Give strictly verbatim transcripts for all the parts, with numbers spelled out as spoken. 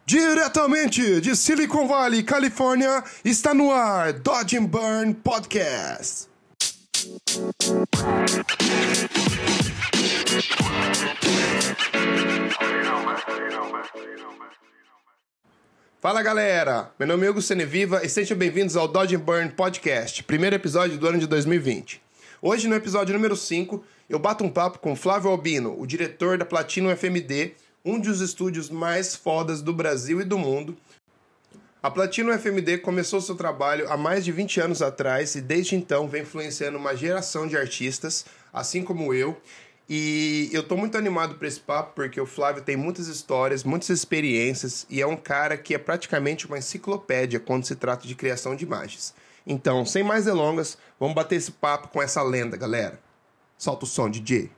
Diretamente de Silicon Valley, Califórnia, está no ar Dodge and Burn Podcast. Fala galera, meu nome é Hugo Seneviva e sejam bem-vindos ao Dodge and Burn Podcast, primeiro episódio do ano de dois mil e vinte. Hoje, no episódio número cinco, eu bato um papo com Flávio Albino, o diretor da Platinum F M D, um dos estúdios mais fodas do Brasil e do mundo. A Platinum F M D começou seu trabalho há mais de vinte anos atrás e desde então vem influenciando uma geração de artistas, assim como eu. E eu tô muito animado para esse papo porque o Flávio tem muitas histórias, muitas experiências e é um cara que é praticamente uma enciclopédia quando se trata de criação de imagens. Então, sem mais delongas, vamos bater esse papo com essa lenda, galera. Solta o som, D J.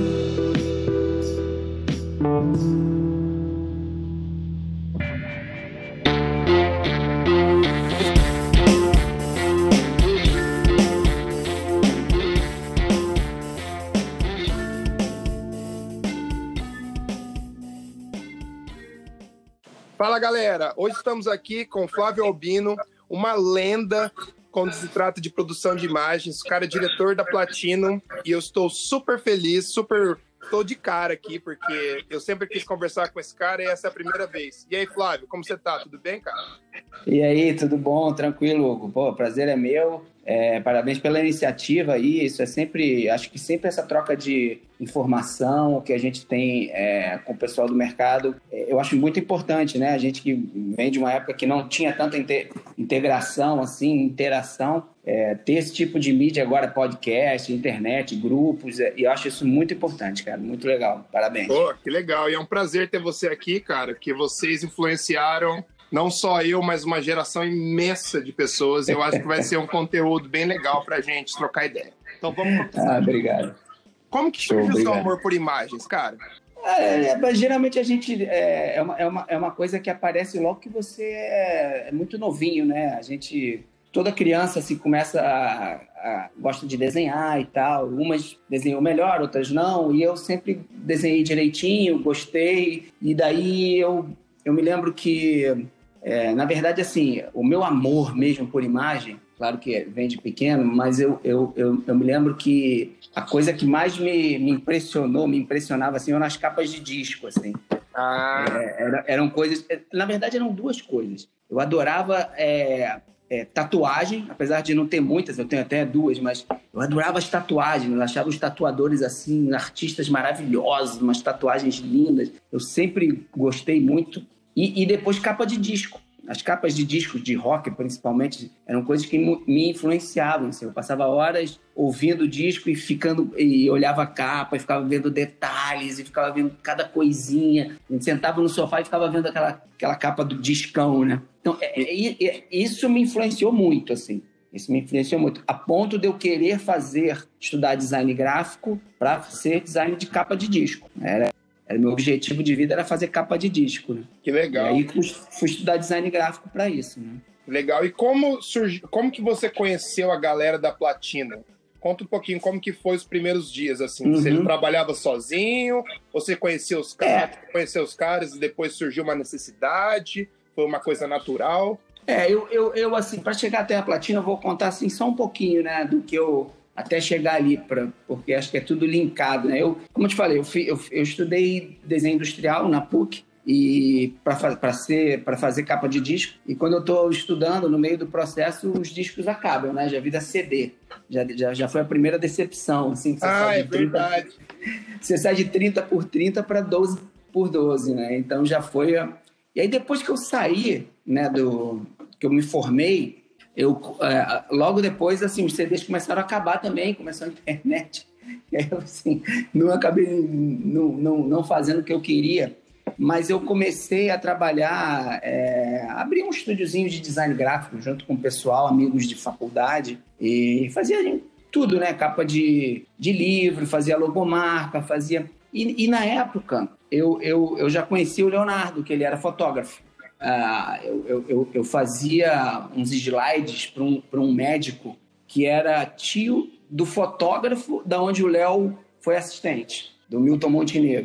Fala galera, hoje estamos aqui com Flávio Albino, uma lenda quando se trata de produção de imagens. O cara é diretor da Platinum e eu estou super feliz, super... Estou de cara aqui porque eu sempre quis conversar com esse cara e essa é a primeira vez. E aí, Flávio, como você tá? Tudo bem, cara? E aí, tudo bom? Tranquilo, Hugo? Pô, prazer é meu. É, parabéns pela iniciativa aí. Isso é sempre, acho que sempre essa troca de informação que a gente tem é, com o pessoal do mercado, é, eu acho muito importante, né? A gente que vem de uma época que não tinha tanta inte- integração, assim, interação, é, ter esse tipo de mídia agora, podcast, internet, grupos, é, e eu acho isso muito importante, cara. Muito legal. Parabéns. Pô, que legal. E é um prazer ter você aqui, cara, que vocês influenciaram não só eu, mas uma geração imensa de pessoas. Eu acho que vai ser um conteúdo bem legal pra gente trocar ideia. Então vamos começar. Ah, obrigado. Como que surge o seu amor por imagens, cara? É, é, geralmente a gente... É, é, uma, é, uma, é uma coisa que aparece logo que você é, é muito novinho, né? A gente... Toda criança assim, começa a, a... gosta de desenhar e tal. Umas desenham melhor, outras não. E eu sempre desenhei direitinho, gostei. E daí eu, eu me lembro que... É, na verdade, assim, o meu amor mesmo por imagem, claro que vem de pequeno, mas eu, eu, eu, eu me lembro que a coisa que mais me, me impressionou, me impressionava, assim, eram as capas de disco, assim. Ah. É, era, eram coisas... Na verdade, eram duas coisas. Eu adorava é, é, tatuagem, apesar de não ter muitas, eu tenho até duas, mas eu adorava as tatuagens, eu achava os tatuadores, assim, artistas maravilhosos, umas tatuagens lindas. Eu sempre gostei muito. E, e depois capa de disco. As capas de discos de rock, principalmente, eram coisas que me influenciavam. Assim. Eu passava horas ouvindo o disco e ficando e olhava a capa e ficava vendo detalhes e ficava vendo cada coisinha. A gente sentava no sofá e ficava vendo aquela, aquela capa do discão, né? Então, é, é, é, isso me influenciou muito, assim. Isso me influenciou muito. A ponto de eu querer fazer, estudar design gráfico para ser design de capa de disco. Era... Era, meu objetivo de vida era fazer capa de disco, né? Que legal. E aí fui, fui estudar design gráfico para isso, né? Legal. E como surgiu, como que você conheceu a galera da Platinum? Conta um pouquinho como que foi os primeiros dias, assim. Uhum. Você trabalhava sozinho? Você conheceu os caras, é. conheceu os caras e depois surgiu uma necessidade? Foi uma coisa natural? É, eu, eu, eu assim, para chegar até a Platinum, eu vou contar, assim, só um pouquinho, né, do que eu... até chegar ali, pra, porque acho que é tudo linkado, né? Eu, como eu te falei, eu, fui, eu, eu estudei desenho industrial na P U C e para ser para fazer capa de disco, e quando eu estou estudando, no meio do processo, os discos acabam, né? Já vira C D. Já, já, já foi a primeira decepção. Assim, ah, é trinta, verdade. Você sai de trinta por trinta para doze por doze, né? Então já foi... A... E aí depois que eu saí, né, do, que eu me formei, Eu, é, logo depois, assim, os C Ds começaram a acabar também, começou a internet. E aí eu, assim, não acabei não, não, não fazendo o que eu queria, mas eu comecei a trabalhar, é, abri um estúdiozinho de design gráfico junto com o pessoal, amigos de faculdade, e fazia tudo, né? Capa de, de livro, fazia logomarca, fazia... E, e na época, eu, eu, eu já conhecia o Leonardo, que ele era fotógrafo. Uh, eu, eu, eu fazia uns slides para um, para um médico que era tio do fotógrafo da onde o Léo foi assistente, do Milton Montenegro.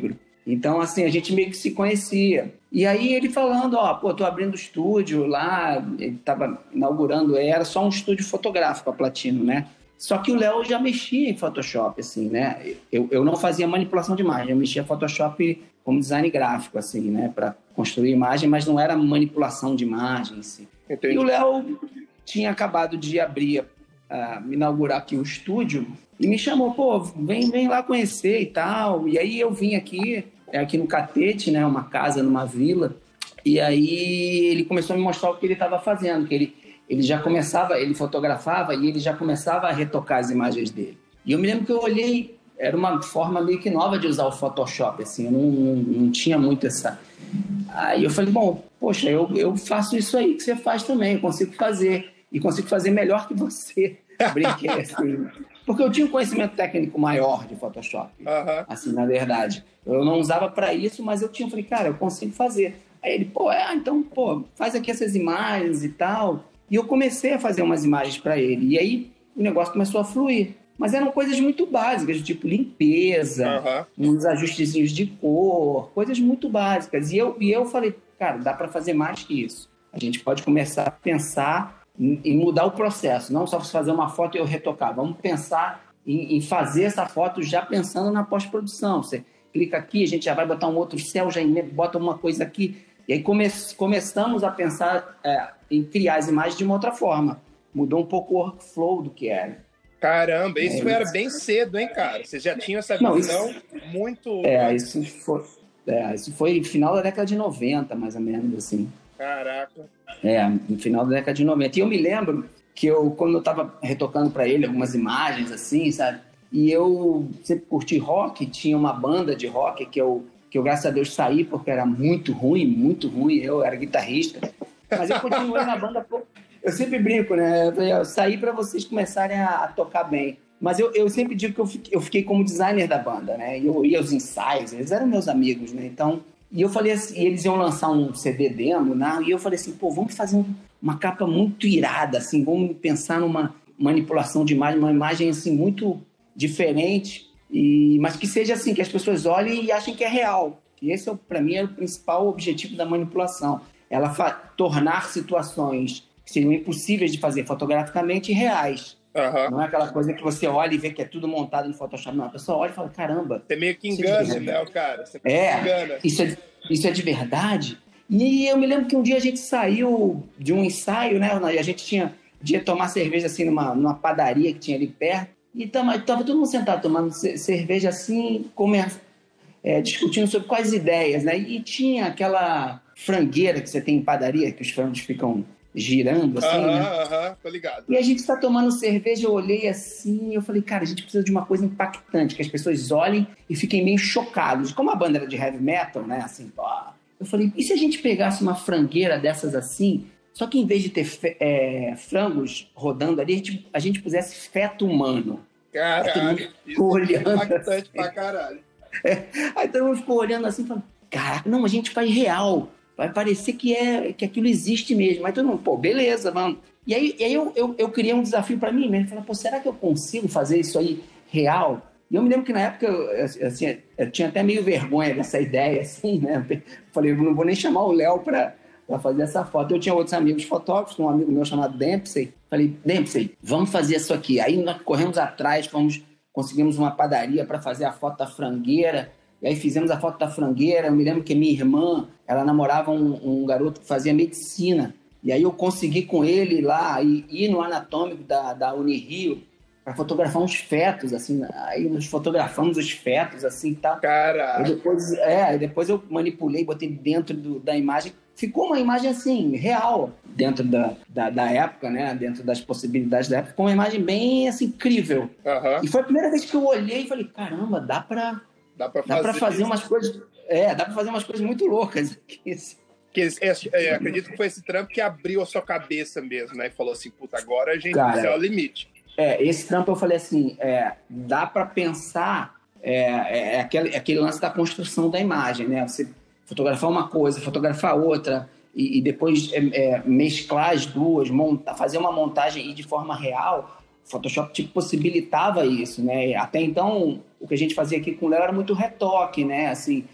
Então, assim, a gente meio que se conhecia. E aí ele falando, ó, pô, tô abrindo estúdio lá, ele tava inaugurando, era só um estúdio fotográfico, a Platino, né? Só que o Léo já mexia em Photoshop, assim, né? Eu, eu não fazia manipulação de imagem, eu mexia em Photoshop como design gráfico, assim, né? Para construir imagem, mas não era manipulação de imagem, assim. Entendi. E o Léo tinha acabado de abrir, uh, inaugurar aqui o estúdio e me chamou, pô, vem, vem lá conhecer e tal. E aí eu vim aqui, aqui no Catete, né? Uma casa numa vila. E aí ele começou a me mostrar o que ele estava fazendo, que ele... Ele já começava, ele fotografava e ele já começava a retocar as imagens dele. E eu me lembro que eu olhei, era uma forma meio que nova de usar o Photoshop, assim, eu não, não, não tinha muito essa... Aí eu falei, bom, poxa, eu, eu faço isso aí que você faz também, eu consigo fazer, e consigo fazer melhor que você. Brinquei assim, porque eu tinha um conhecimento técnico maior de Photoshop, uhum. assim, na verdade. Eu não usava para isso, mas eu tinha, falei, cara, eu consigo fazer. Aí ele, pô, é, então, pô, faz aqui essas imagens e tal... E eu comecei a fazer umas imagens para ele. E aí o negócio começou a fluir. Mas eram coisas muito básicas, tipo limpeza, uhum. uns ajustezinhos de cor, coisas muito básicas. E eu, e eu falei, cara, dá para fazer mais que isso. A gente pode começar a pensar em, em mudar o processo. Não só fazer uma foto e eu retocar. Vamos pensar em, em fazer essa foto já pensando na pós-produção. Você clica aqui, a gente já vai botar um outro céu, já bota uma coisa aqui... E aí come, começamos a pensar é, em criar as imagens de uma outra forma. Mudou um pouco o workflow do que era. Caramba, isso é, era bem cedo, hein, cara? Vocês já tinham essa Não, visão isso, muito... É, isso foi, é, isso foi final da década de noventa, mais ou menos, assim. Caraca. É, no final da década de noventa. E eu me lembro que eu, quando eu estava retocando para ele algumas imagens, assim, sabe? E eu sempre curti rock, tinha uma banda de rock que eu... que eu, graças a Deus, saí porque era muito ruim, muito ruim, eu era guitarrista, mas eu continuei na banda, eu sempre brinco, né, eu, falei, eu saí para vocês começarem a, a tocar bem, mas eu, eu sempre digo que eu fiquei, eu fiquei como designer da banda, né, e eu ia aos ensaios, eles eram meus amigos, né, então, e eu falei assim, e eles iam lançar um C D demo, né, e eu falei assim, pô, vamos fazer um, uma capa muito irada, assim, vamos pensar numa manipulação de imagem, uma imagem, assim, muito diferente, E, mas que seja assim, que as pessoas olhem e achem que é real. Que esse, é, para mim, é o principal objetivo da manipulação. Ela tornar situações que seriam impossíveis de fazer fotograficamente reais. Uhum. Não é aquela coisa que você olha e vê que é tudo montado no Photoshop. Não, a pessoa olha e fala, caramba... Você meio que engana, né, o cara? Você é, engana. Isso é, isso é de verdade. E eu me lembro que um dia a gente saiu de um ensaio, né? E a gente tinha de tomar cerveja assim numa, numa padaria que tinha ali perto. E tava, tava todo mundo sentado tomando cerveja assim, comer, é, discutindo sobre quais ideias, né? E tinha aquela frangueira que você tem em padaria, que os frangos ficam girando assim, aham, né? Aham, tô ligado. E a gente está tomando cerveja, eu olhei assim, e eu falei, cara, a gente precisa de uma coisa impactante, que as pessoas olhem e fiquem meio chocados. Como a banda era de heavy metal, né? Assim, ó, eu falei, e se a gente pegasse uma frangueira dessas assim, só que em vez de ter é, frangos rodando ali, a gente, a gente pusesse feto humano. Caralho, isso olhando é impactante assim. pra caralho. É, aí todo mundo ficou olhando assim, falando, caraca, não, a gente faz real. Vai parecer que, é, que aquilo existe mesmo. Aí todo mundo, pô, beleza, vamos. E aí, e aí eu, eu, eu criei um desafio pra mim mesmo. Falei, pô, será que eu consigo fazer isso aí real? E eu me lembro que na época, eu, assim, eu tinha até meio vergonha dessa ideia, assim, né? Falei, eu não vou nem chamar o Léo pra... para fazer essa foto. Eu tinha outros amigos fotógrafos, um amigo meu chamado Dempsey. Falei, Dempsey, vamos fazer isso aqui. Aí nós corremos atrás, fomos, conseguimos uma padaria para fazer a foto da frangueira. E aí fizemos a foto da frangueira. Eu me lembro que minha irmã, ela namorava um, um garoto que fazia medicina. E aí eu consegui com ele lá ir, ir no anatômico da, da Unirio para fotografar uns fetos, assim. Aí nós fotografamos os fetos, assim, e tal. Caralho. E depois, é, depois eu manipulei, botei dentro do, da imagem. Ficou uma imagem, assim, real, dentro da, da, da época, né? Dentro das possibilidades da época. Ficou uma imagem bem, assim, incrível. Uhum. E foi a primeira vez que eu olhei e falei, caramba, dá pra, dá pra dá fazer, pra fazer umas coisas... É, dá pra fazer umas coisas muito loucas aqui, assim. Que, é, é, acredito que foi esse trampo que abriu a sua cabeça mesmo, né? E falou assim, puta, agora a gente Cara, é o limite. É, esse trampo eu falei assim, é, dá para pensar, é, é, aquele, aquele lance da construção da imagem, né? Você fotografar uma coisa, fotografar outra, e, e depois é, é, mesclar as duas, monta, fazer uma montagem e de forma real. O Photoshop tipo, possibilitava isso, né? Até então, o que a gente fazia aqui com o Léo era muito retoque, né? Assim,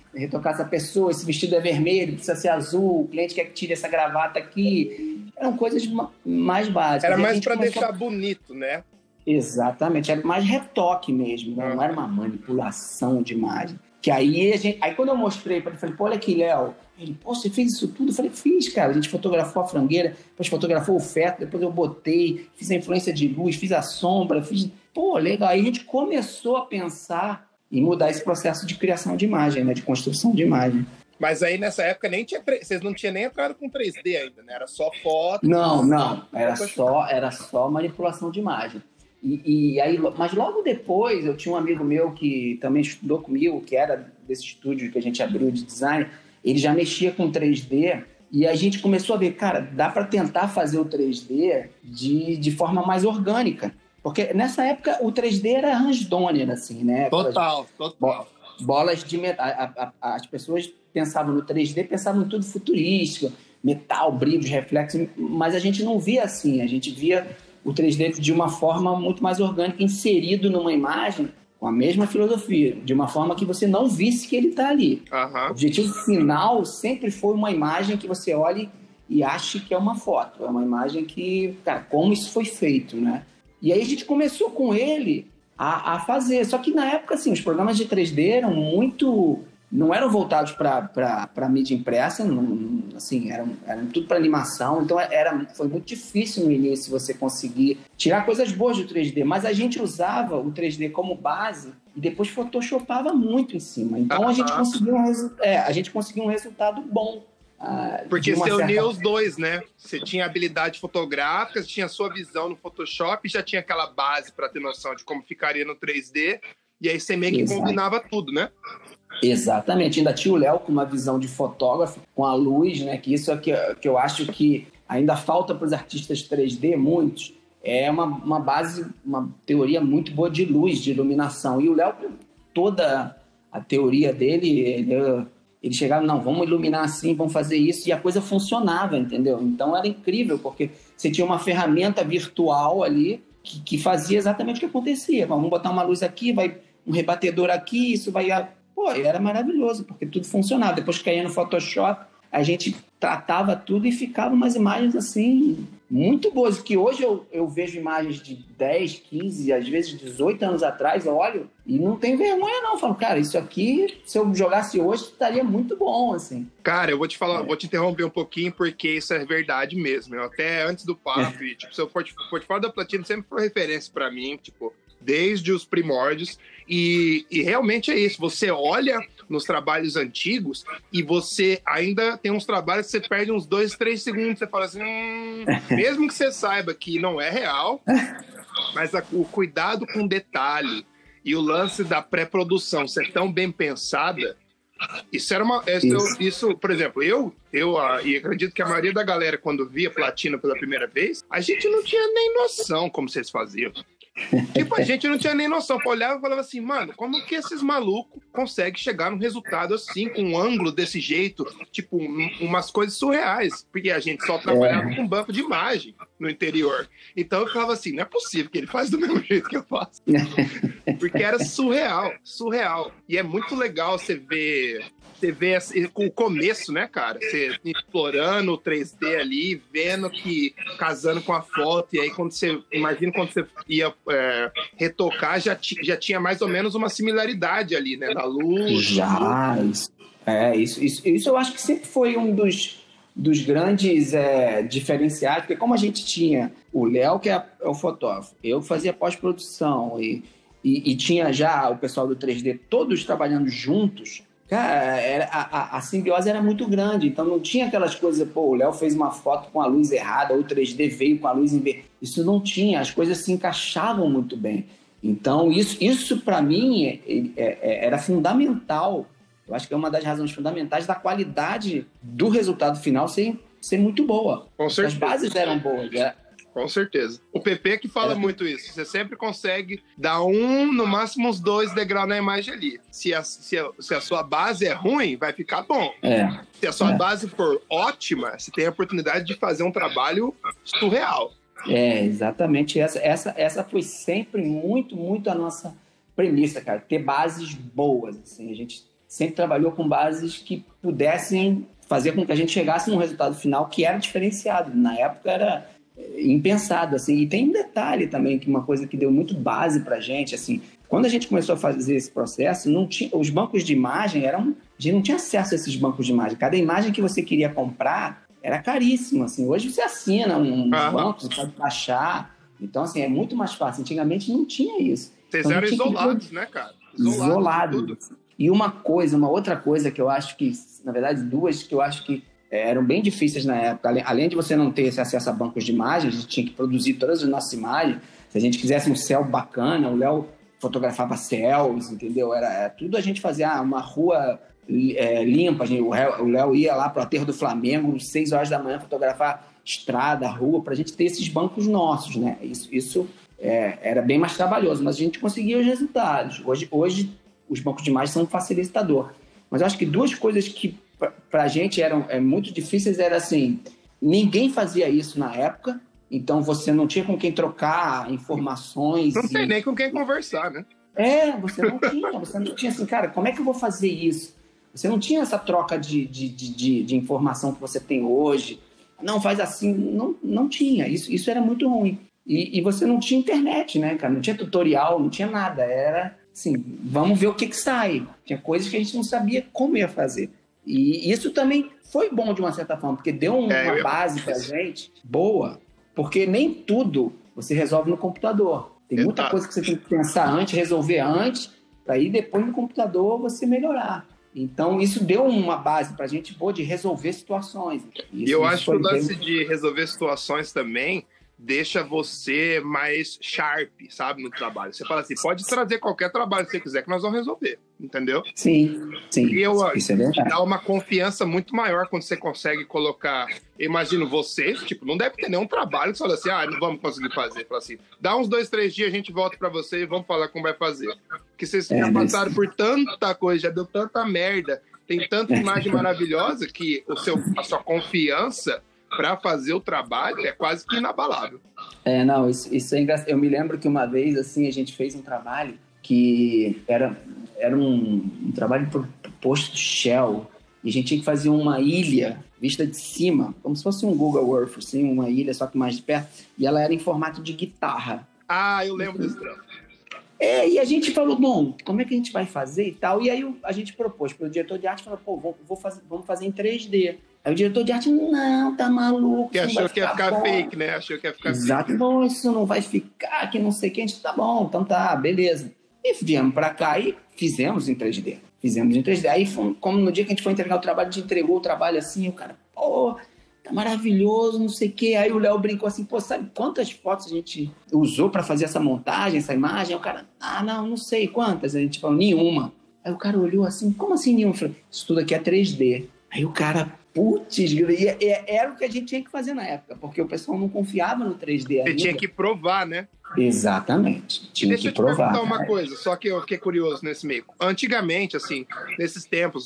retocar essa pessoa, esse vestido é vermelho, precisa ser azul, o cliente quer que tire essa gravata aqui. Eram coisas mais básicas. Era mais para começou... deixar bonito, né? Exatamente, era mais retoque mesmo, né? Não era uma manipulação de imagem. Que aí, a gente... aí quando eu mostrei para ele, falei, pô, olha aqui, Léo. Ele, pô, você fez isso tudo? Eu falei, fiz, cara. A gente fotografou a frangueira, depois fotografou o feto, depois eu botei, fiz a influência de luz, fiz a sombra, fiz... Pô, legal. Aí a gente começou a pensar em mudar esse processo de criação de imagem, né? De construção de imagem. Mas aí, nessa época, nem tinha tre... vocês não tinham nem entrado com três D ainda, né? Era só foto. Não, não. Era só, era só manipulação de imagem. E, e aí, mas logo depois, eu tinha um amigo meu que também estudou comigo, que era desse estúdio que a gente abriu de design, ele já mexia com três D, e a gente começou a ver, cara, dá para tentar fazer o três D de, de forma mais orgânica. Porque nessa época o três D era Ransdonner, assim, né? Total, total. Bolas de metal. A, a, as pessoas pensavam no três D, pensavam em tudo futurístico, metal, brilhos, reflexos, mas a gente não via assim, a gente via o três D de uma forma muito mais orgânica, inserido numa imagem com a mesma filosofia, de uma forma que você não visse que ele está ali. Uhum. O objetivo final sempre foi uma imagem que você olhe e ache que é uma foto. É uma imagem que, cara, como isso foi feito, né? E aí a gente começou com ele a, a fazer. Só que na época, assim, os programas de três D eram muito... não eram voltados para mídia impressa, não, assim, eram, eram tudo para animação, então era, foi muito difícil no início você conseguir tirar coisas boas do três D, mas a gente usava o três D como base e depois photoshopava muito em cima, então uh-huh. a, gente conseguiu um resu- é, a gente conseguiu um resultado bom. Uh, Porque você certa... uniu os dois, né? Você tinha habilidade fotográfica, você tinha a sua visão no Photoshop, já tinha aquela base para ter noção de como ficaria no três D, e aí você meio que Exato. combinava tudo, né? Exatamente, ainda tinha o Léo com uma visão de fotógrafo, com a luz, né? Que isso é que, que eu acho que ainda falta para os artistas três D, muitos, é uma, uma base, uma teoria muito boa de luz, de iluminação. E o Léo, toda a teoria dele, ele, ele chegava, não, vamos iluminar assim, vamos fazer isso, e a coisa funcionava, entendeu? Então era incrível, porque você tinha uma ferramenta virtual ali que, que fazia exatamente o que acontecia. Vamos botar uma luz aqui, vai um rebatedor aqui, isso vai... Pô, era maravilhoso, porque tudo funcionava. Depois que caía no Photoshop, a gente tratava tudo e ficava umas imagens, assim, muito boas. Que hoje eu, eu vejo imagens de dez, quinze, às vezes dezoito anos atrás, eu olho e não tenho vergonha, não. Eu falo, cara, isso aqui, se eu jogasse hoje, estaria muito bom, assim. Cara, eu vou te falar, é. vou te interromper um pouquinho, porque isso é verdade mesmo. Eu até antes do papo, e, tipo, seu portfólio da Platino sempre foi referência pra mim, tipo, desde os primórdios, e, e realmente é isso, você olha nos trabalhos antigos e você ainda tem uns trabalhos que você perde uns dois, três segundos, você fala assim, hum, mesmo que você saiba que não é real, mas a, o cuidado com detalhe e o lance da pré-produção ser tão bem pensada, isso era uma... Isso, isso por exemplo, eu, eu uh, e acredito que a maioria da galera, quando via Platino pela primeira vez, a gente não tinha nem noção como vocês faziam. Tipo, a gente não tinha nem noção. Eu olhava e falava assim, mano, como que esses malucos conseguem chegar num resultado assim, com um ângulo desse jeito? Tipo, um, umas coisas surreais. Porque a gente só trabalhava é. com banco de imagem no interior. Então eu falava assim, não é possível que ele faz do mesmo jeito que eu faço. Porque era surreal, surreal. E é muito legal você ver... Você vê o começo, né, cara? Você explorando o três D ali, vendo que casando com a foto, e aí quando você, imagina quando você ia é, retocar, já, ti, já tinha mais ou menos uma similaridade ali, né, da luz. Já, isso, é, isso, isso, isso eu acho que sempre foi um dos, dos grandes é, diferenciais, porque como a gente tinha o Léo, que é, é o fotógrafo, eu fazia pós-produção, e, e, e tinha já o pessoal do três D todos trabalhando juntos. Cara, era, a, a simbiose era muito grande, então não tinha aquelas coisas, pô, o Léo fez uma foto com a luz errada, ou o três D veio com a luz invertida. Isso não tinha, as coisas se encaixavam muito bem. Então, isso, isso para mim, é, é, é, era fundamental. Eu acho que é uma das razões fundamentais da qualidade do resultado final ser, ser muito boa. Com certeza. As bases eram boas, né? Com certeza. O P P que fala é. muito isso. Você sempre consegue dar um, no máximo uns dois degraus na imagem ali. Se a, se a, se a sua base é ruim, vai ficar bom. É. Se a sua é. base for ótima, você tem a oportunidade de fazer um trabalho surreal. É, exatamente. Essa, essa, essa foi sempre muito, muito a nossa premissa, cara. Ter bases boas. Assim. A gente sempre trabalhou com bases que pudessem fazer com que a gente chegasse num resultado final que era diferenciado. Na época era impensado, assim. E tem um detalhe também, que uma coisa que deu muito base pra gente, assim, quando a gente começou a fazer esse processo, não tinha, os bancos de imagem eram... A gente não tinha acesso a esses bancos de imagem. Cada imagem que você queria comprar era caríssimo, assim. Hoje você assina um ah. banco, você pode baixar. Então, assim, é muito mais fácil. Antigamente não tinha isso. Vocês então, eram isolados, que... né, cara? Isolados. Isolados. E uma coisa, uma outra coisa que eu acho que, na verdade, duas que eu acho que eram bem difíceis na época. Além de você não ter esse acesso a bancos de imagens, a gente tinha que produzir todas as nossas imagens. Se a gente quisesse um céu bacana, o Léo fotografava céus, entendeu? Era, era tudo a gente fazia ah, uma rua é, limpa. Gente, o Léo ia lá para o aterro do Flamengo, às seis horas da manhã, fotografar estrada, rua, para a gente ter esses bancos nossos, né? Isso, isso é, era bem mais trabalhoso, mas a gente conseguia os resultados. Hoje, hoje os bancos de imagens são um facilitador. Mas eu acho que duas coisas que para a gente eram é, muito difíceis era assim, ninguém fazia isso na época, então você não tinha com quem trocar informações. Não tem e... nem com quem conversar, né? É, você não tinha, você não tinha assim, cara, como é que eu vou fazer isso? Você não tinha essa troca de, de, de, de informação que você tem hoje. Não, faz assim, não, não tinha, isso, isso era muito ruim. E, e você não tinha internet, né, cara? Não tinha tutorial, não tinha nada, era assim, vamos ver o que que sai. Tinha coisas que a gente não sabia como ia fazer. E isso também foi bom de uma certa forma, porque deu uma é, base pra gente boa, porque nem tudo você resolve no computador. Tem muita Exato. Coisa que você tem que pensar antes, resolver antes, para ir depois no computador você melhorar. Então, isso deu uma base pra gente boa de resolver situações. E eu acho que o lance bem... de resolver situações também deixa você mais sharp, sabe, no trabalho. Você fala assim, pode trazer qualquer trabalho que você quiser que nós vamos resolver, entendeu? Sim, sim. E eu, isso é verdade. Dá uma confiança muito maior quando você consegue colocar... Eu imagino você, tipo, não deve ter nenhum trabalho que você fala assim, ah, não vamos conseguir fazer. Fala assim, dá uns dois, três dias, a gente volta pra você e vamos falar como vai fazer. Porque vocês é, já passaram por tanta coisa, já deu tanta merda, tem tanta imagem maravilhosa que o seu, a sua confiança para fazer o trabalho é quase que inabalável. É, não, isso, isso é engraçado. Eu me lembro que uma vez, assim, a gente fez um trabalho que era, era um, um trabalho pro, pro posto Shell, e a gente tinha que fazer uma ilha vista de cima, como se fosse um Google Earth, assim, uma ilha só que mais de perto, e ela era em formato de guitarra. Ah, eu lembro desse trampo. É, e a gente falou, bom, como é que a gente vai fazer e tal? E aí a gente propôs para o diretor de arte, falou, pô, vou, vou fazer, vamos fazer em três D. Aí o diretor de arte, não, tá maluco. Que achou que ia ficar bom. fake, né? Achou que ia ficar Exato, fake. Bom, isso não vai ficar, que não sei o que. A gente, tá bom, então tá, beleza. E viemos para cá e fizemos em três D. Fizemos em três D. Aí, como no dia que a gente foi entregar o trabalho, a gente entregou o trabalho assim, o cara, pô, tá maravilhoso, não sei o quê. Aí o Léo brincou assim, pô, sabe quantas fotos a gente usou para fazer essa montagem, essa imagem? Aí o cara, ah, não, não sei quantas. A gente falou, nenhuma. Aí o cara olhou assim, como assim nenhuma? Eu falei, isso tudo aqui é três D. Aí o cara, putz, era o que a gente tinha que fazer na época, porque o pessoal não confiava no três D ainda. Você tinha que provar, né? Exatamente, tinha Deixa que eu te provar. perguntar uma coisa, só que eu fiquei curioso nesse meio. Antigamente, assim, nesses tempos,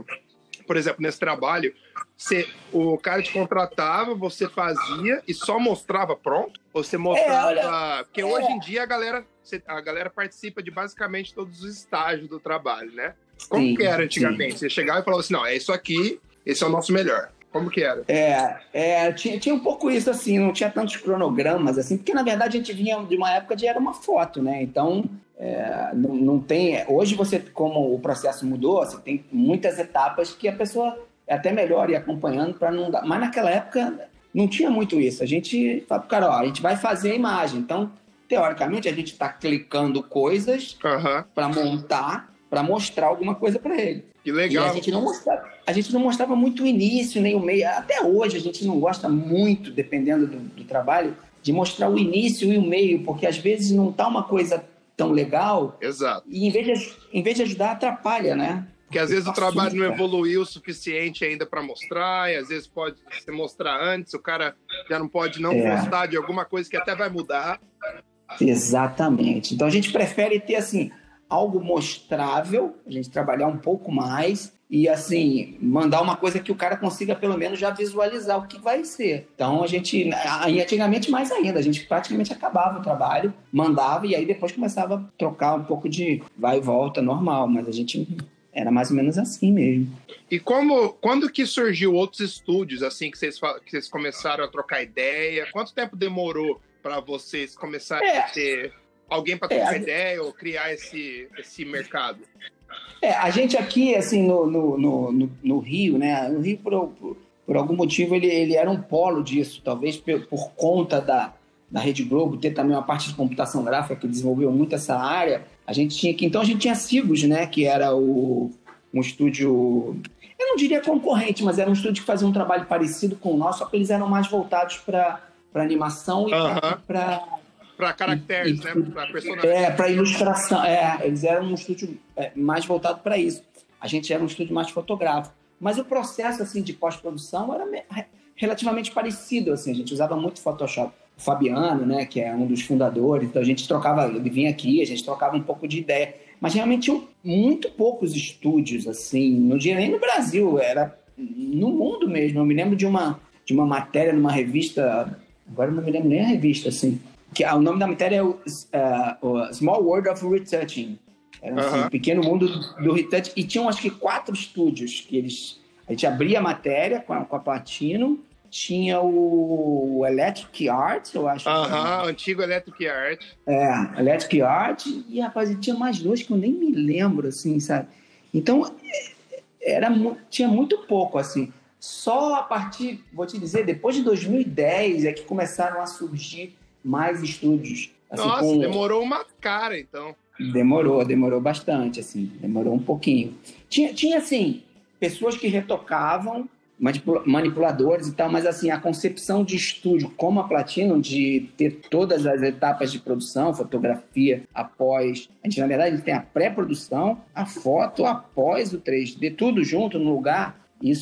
por exemplo, nesse trabalho, você, o cara te contratava, você fazia e só mostrava pronto? Ou você mostrava... É, olha, porque é. hoje em dia a galera, a galera participa de basicamente todos os estágios do trabalho, né? Como sim, que era antigamente? Sim. Você chegava e falava assim, não, é isso aqui, esse é o nosso melhor. Como que era? É, é tinha, tinha um pouco isso, assim, não tinha tantos cronogramas, assim, porque, na verdade, a gente vinha de uma época de era uma foto, né? Então, é, não, não tem... Hoje, você, como o processo mudou, você tem muitas etapas que a pessoa é até melhor ir acompanhando para não dar... Mas, naquela época, não tinha muito isso. A gente fala pro cara, ó, a gente vai fazer a imagem. Então, teoricamente, a gente está clicando coisas uhum. para montar, para mostrar alguma coisa para ele. Que legal. E a gente não mostrava, a gente não mostrava muito o início, nem o meio. Até hoje a gente não gosta muito, dependendo do, do trabalho, de mostrar o início e o meio, porque às vezes não tá uma coisa tão legal. Exato. E em vez de, em vez de ajudar, atrapalha, né? Porque às vezes o trabalho não evoluiu o suficiente ainda para mostrar, e às vezes pode se mostrar antes, o cara já não pode não é. gostar de alguma coisa que até vai mudar. Exatamente. Então a gente prefere ter assim... algo mostrável, a gente trabalhar um pouco mais e, assim, mandar uma coisa que o cara consiga, pelo menos, já visualizar o que vai ser. Então, a gente, antigamente, mais ainda, a gente praticamente acabava o trabalho, mandava e aí depois começava a trocar um pouco de vai e volta normal, mas a gente era mais ou menos assim mesmo. E como, quando que surgiu outros estúdios, assim, que vocês, que vocês começaram a trocar ideia? Quanto tempo demorou para vocês começarem é, a ter alguém para trocar é, ideia ou criar esse, esse mercado? É, a gente aqui, assim, no, no, no, no Rio, né? No Rio, por, por, por algum motivo, ele, ele era um polo disso. Talvez por, por conta da, da Rede Globo ter também uma parte de computação gráfica que desenvolveu muito essa área. A gente tinha que... Então, a gente tinha a Sigos, né? Que era o, um estúdio... Eu não diria concorrente, mas era um estúdio que fazia um trabalho parecido com o nosso, só que eles eram mais voltados para animação e uh-huh. para... Para caracteres, e, né? Para personagens. É, para ilustração. É, eles eram um estúdio é, mais voltado para isso. A gente era um estúdio mais fotográfico. Mas o processo assim, de pós-produção era relativamente parecido. Assim, a gente usava muito Photoshop. O Fabiano, né, que é um dos fundadores, então a gente trocava, ele vinha aqui, a gente trocava um pouco de ideia. Mas realmente tinham muito poucos estúdios, assim, não tinha nem no Brasil, era no mundo mesmo. Eu me lembro de uma, de uma matéria numa revista, agora eu não me lembro nem a revista, assim, que ah, o nome da matéria é o, uh, o Small World of Retouching. Era assim, uh-huh. um pequeno mundo do, do retouch. E tinham acho que quatro estúdios que eles... A gente abria a matéria com a, com a Platino, tinha o Electric Art, eu acho. Aham, uh-huh, antigo Electric Art. É, Electric Art. E, rapaz, tinha mais dois que eu nem me lembro, assim, sabe? Então, era, tinha muito pouco, assim. Só a partir, vou te dizer, depois de dois mil e dez é que começaram a surgir mais estúdios. Assim, Nossa, com... demorou uma cara, então. Demorou, demorou bastante, assim. Demorou um pouquinho. Tinha, tinha assim, pessoas que retocavam, manipuladores e tal, mas, assim, a concepção de estúdio como a Platinum, de ter todas as etapas de produção, fotografia, após... A gente, na verdade, a gente tem a pré-produção, a foto, após o três D, tudo junto no lugar...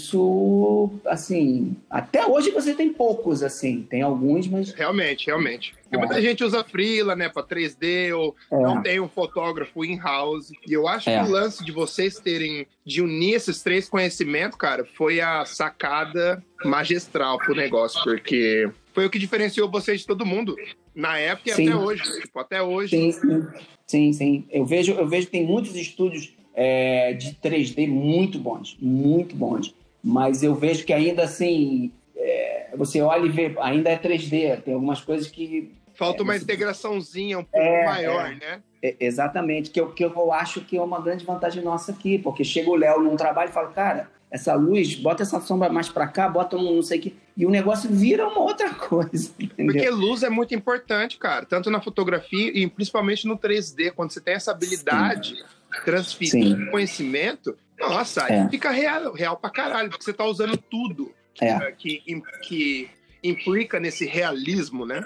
Isso, assim, até hoje você tem poucos, assim, tem alguns, mas... Realmente, realmente. Porque é. muita gente usa freela, né, para três D, ou é. não tem um fotógrafo in-house. E eu acho é. que o lance de vocês terem, de unir esses três conhecimentos, cara, foi a sacada magistral pro negócio, porque foi o que diferenciou vocês de todo mundo, na época e sim. até hoje. Tipo, até hoje. Sim, sim, sim. sim. Eu vejo, eu vejo que tem muitos estúdios É, de três D muito bons, muito bons. Mas eu vejo que ainda assim, é, você olha e vê, ainda é três D. Tem algumas coisas que... Falta é, uma você... integraçãozinha um pouco é, maior, é, né? É, exatamente, que eu, que eu acho que é uma grande vantagem nossa aqui, porque chega o Léo num trabalho e fala, cara, essa luz, bota essa sombra mais pra cá, bota um não sei o que, e o negócio vira uma outra coisa, entendeu? Porque luz é muito importante, cara, tanto na fotografia e principalmente no três D, quando você tem essa habilidade... Sim. transferir Sim. conhecimento, nossa, é. aí fica real, real pra caralho, porque você tá usando tudo que, é. que, que implica nesse realismo, né?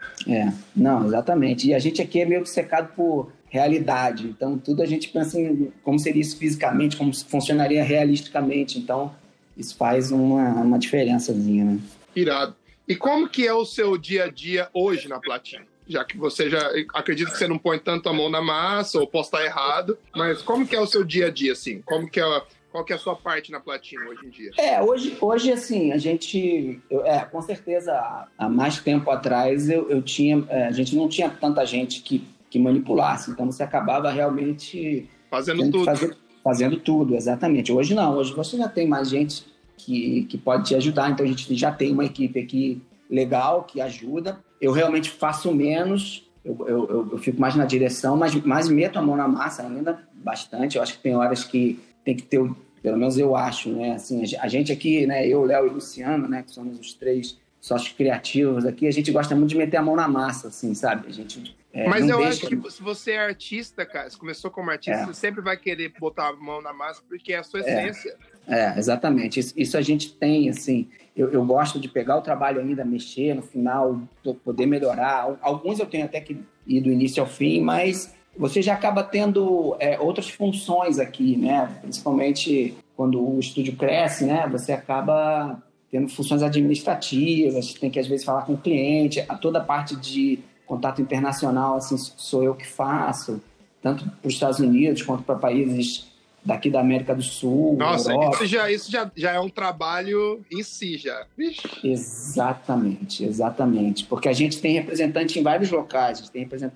É, não, exatamente. E a gente aqui é meio que secado por realidade, então tudo a gente pensa em como seria isso fisicamente, como funcionaria realisticamente, então isso faz uma, uma diferençazinha, né? Irado. E como que é o seu dia a dia hoje na Platinum? Já que você já... Acredito que você não põe tanto a mão na massa, ou posso estar errado, mas como que é o seu dia a dia, assim? Como que é, qual que é a sua parte na Platinum hoje em dia? É, hoje, hoje assim, a gente... Eu, é, com certeza, há mais tempo atrás, eu, eu tinha... A gente não tinha tanta gente que, que manipulasse, então você acabava realmente... Fazendo tudo. Fazer, fazendo tudo, exatamente. Hoje não, hoje você já tem mais gente que, que pode te ajudar, então a gente já tem uma equipe aqui legal, que ajuda. Eu realmente faço menos, eu, eu, eu fico mais na direção, mas, mas meto a mão na massa ainda bastante. Eu acho que tem horas que tem que ter, pelo menos eu acho, né? Assim, a gente aqui, né? Eu, Léo e Luciano, né? Que somos os três sócios criativos aqui, a gente gosta muito de meter a mão na massa, assim, sabe? A gente... É, mas eu deixa... acho que se você é artista, cara, você começou como artista, é. você sempre vai querer botar a mão na massa porque é a sua essência. É, é exatamente. Isso, isso a gente tem, assim... Eu, eu gosto de pegar o trabalho ainda, mexer no final, poder melhorar. Alguns eu tenho até que ir do início ao fim, mas você já acaba tendo é, outras funções aqui, né? Principalmente quando o estúdio cresce, né? Você acaba tendo funções administrativas, tem que às vezes falar com o cliente, a toda a parte de contato internacional, assim, sou eu que faço, tanto para os Estados Unidos quanto para países daqui da América do Sul. Nossa, Europa. isso, já, isso já, já é um trabalho em si, já. Ixi. Exatamente, exatamente. Porque a gente tem representante em vários locais. A gente tem representante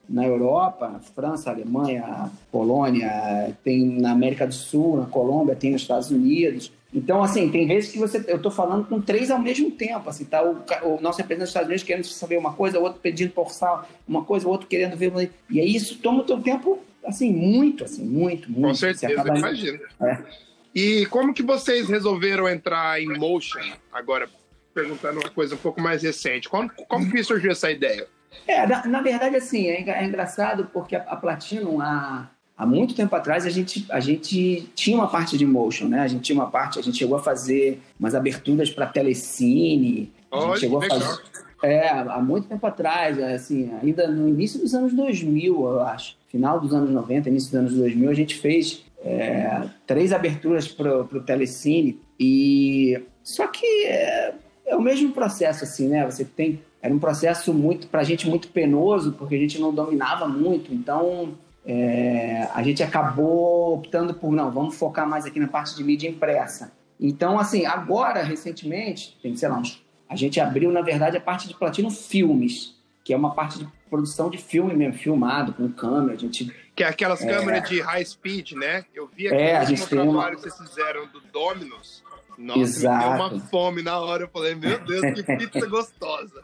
na Europa, na França, Alemanha, Polônia, tem na América do Sul, na Colômbia, tem nos Estados Unidos. Então, assim, tem vezes que você, eu estou falando com três ao mesmo tempo, assim, tá? O, o nosso representante dos Estados Unidos querendo saber uma coisa, o outro pedindo por sal, uma coisa, o outro querendo ver... E aí isso toma o teu tempo, assim, muito, assim, muito, muito. Com certeza, acaba... imagino. É. E como que vocês resolveram entrar em motion? Agora, perguntando uma coisa um pouco mais recente. Como, como que surgiu essa ideia? É, na, na verdade, assim, é, é engraçado porque a, a Platinum, há, há muito tempo atrás, a gente, a gente tinha uma parte de motion, né? A gente tinha uma parte, a gente chegou a fazer umas aberturas para telecine. A gente Olha, chegou a fazer... É, há muito tempo atrás, assim, ainda no início dos anos dois mil, eu acho. Final dos anos noventa, início dos anos dois mil, a gente fez é, três aberturas para o telecine. E... Só que é, é o mesmo processo, assim, né? Você tem... Era um processo muito, pra gente muito penoso, porque a gente não dominava muito. Então, é, a gente acabou optando por, não, vamos focar mais aqui na parte de mídia impressa. Então, assim, agora, recentemente, tem, sei lá, uns, a gente abriu, na verdade, a parte de Platinum Filmes, que é uma parte de produção de filme mesmo, filmado, com câmera. A gente, que é aquelas é, câmeras de high speed, né? Eu vi aqui é, no trabalho uma... que vocês fizeram do Dominus. Nossa, Exato. me deu uma fome na hora. Eu falei, meu Deus, que pizza gostosa.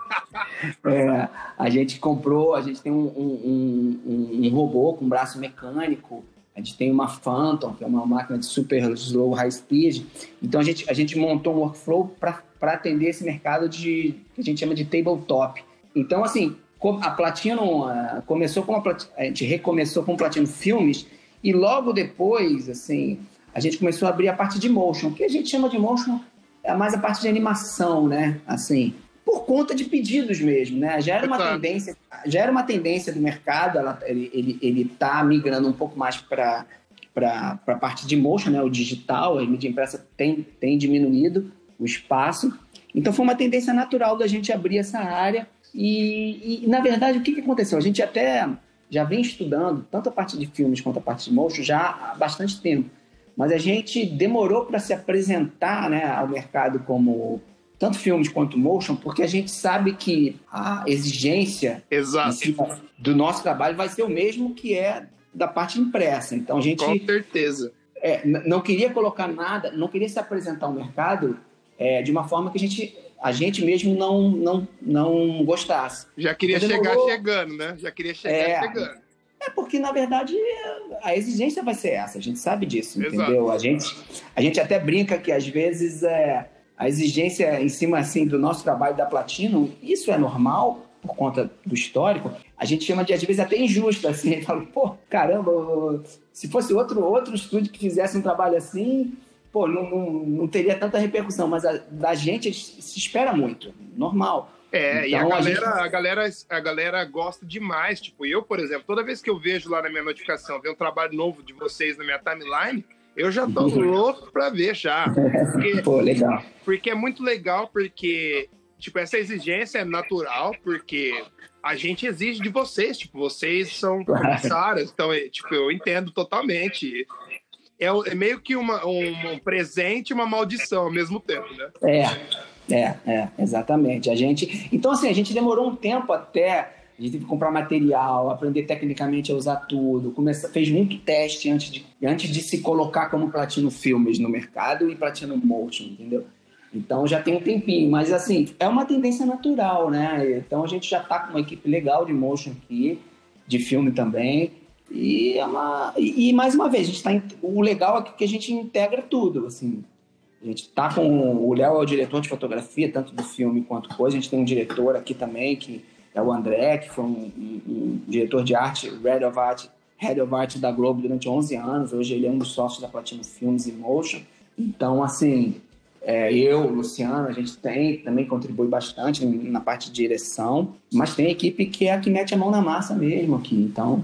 É, a gente comprou, a gente tem um, um, um, um robô com braço mecânico, a gente tem uma Phantom, que é uma máquina de super slow high speed. Então a gente, a gente montou um workflow para atender esse mercado de, que a gente chama de tabletop. Então, assim, a Platinum uh, começou com a, a gente recomeçou com o Platinum Filmes e logo depois, assim... a gente começou a abrir a parte de motion, que a gente chama de motion é mais a parte de animação, né? Assim, por conta de pedidos mesmo, né? Já era uma Exato. tendência, já era uma tendência do mercado, ela, ele, ele, ele tá migrando um pouco mais para para a parte de motion, né? O digital, a mídia impressa tem, tem diminuído o espaço. Então, foi uma tendência natural da gente abrir essa área. E, e na verdade, o que, que aconteceu? A gente até já vem estudando tanto a parte de filmes quanto a parte de motion já há bastante tempo. Mas a gente demorou para se apresentar, né, ao mercado como tanto filmes quanto motion, porque a gente sabe que a exigência Exato. em cima do nosso trabalho vai ser o mesmo que é da parte impressa. Então a gente... Com certeza. É, não queria colocar nada, não queria se apresentar ao mercado é, de uma forma que a gente, a gente mesmo não, não, não gostasse. Já queria então, chegar demorou... chegando, né? Já queria chegar é, chegando. É porque, na verdade, a exigência vai ser essa, a gente sabe disso, Exato. Entendeu? A gente, a gente até brinca que, às vezes, é, a exigência em cima assim, do nosso trabalho da Platinum, isso é normal, por conta do histórico, a gente chama de, às vezes, até injusto, assim, a gente fala, pô, caramba, se fosse outro, outro estúdio que fizesse um trabalho assim, pô, não, não, não teria tanta repercussão, mas a, da gente se espera muito, normal. É, então, e a galera, a, gente... a, galera, a galera gosta demais. Tipo, eu, por exemplo, toda vez que eu vejo lá na minha notificação, ver um trabalho novo de vocês na minha timeline, eu já tô louco pra ver já. Porque, Pô, legal. Porque é muito legal, porque, tipo, essa exigência é natural, porque a gente exige de vocês, tipo, vocês são comissários, então, tipo, eu entendo totalmente. É, é meio que uma, um, um presente e uma maldição ao mesmo tempo, né? É. É, é, exatamente. A gente... Então, assim, a gente demorou um tempo até... A gente teve que comprar material, aprender tecnicamente a usar tudo. Começa... Fez muito teste antes de, antes de se colocar como Platinum Filmes no mercado e Platinum Motion, entendeu? Então, já tem um tempinho. Mas, assim, é uma tendência natural, né? Então, a gente já está com uma equipe legal de motion aqui, de filme também. E, é uma... e, e mais uma vez, a gente tá... o legal é que a gente integra tudo, assim... A gente está com... O Léo é o diretor de fotografia, tanto do filme quanto coisa. A gente tem um diretor aqui também, que é o André, que foi um, um, um diretor de arte, Head of Art, Head of Art da Globo durante onze anos. Hoje ele é um dos sócios da Platinum Filmes e Motion. Então, assim, é, eu, o Luciano, a gente tem, também contribui bastante na parte de direção. Mas tem equipe que é a que mete a mão na massa mesmo aqui. Então,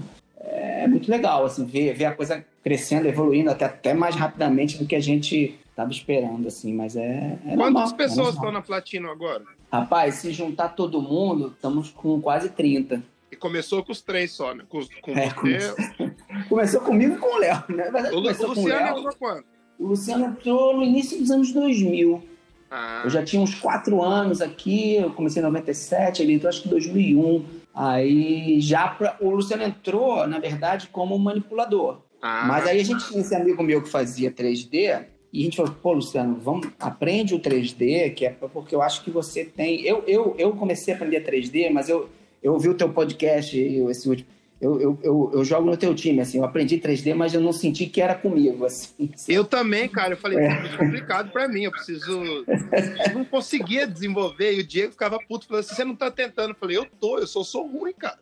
é muito legal, assim, ver, ver a coisa crescendo, evoluindo até, até mais rapidamente do que a gente... Tava esperando, assim, mas é... é Quantas normal, pessoas é estão na Platinum agora? Rapaz, se juntar todo mundo, estamos com quase trinta. E começou com os três só, né? Com, com é, você... Começou... começou comigo e com o Léo, né? O, o Luciano entrou quando? O Luciano entrou no início dos anos dois mil. Ah. Eu já tinha uns quatro anos aqui, eu comecei em noventa e sete, ele entrou acho que em dois mil e um. Aí já pra, o Luciano entrou, na verdade, como manipulador. Ah. Mas aí a gente tinha esse amigo meu que fazia três D e a gente falou, pô, Luciano, vamos, aprende o três D, que é porque eu acho que você tem... Eu, eu, eu comecei a aprender três D, mas eu, eu ouvi o teu podcast, esse último... Eu, eu, eu, eu jogo no teu time, assim, eu aprendi três D, mas eu não senti que era comigo, assim. Eu também, cara, eu falei, é muito complicado pra mim, eu preciso... Eu não conseguia desenvolver, e o Diego ficava puto, falando assim, você não tá tentando? Eu falei, eu tô, eu só sou ruim, cara.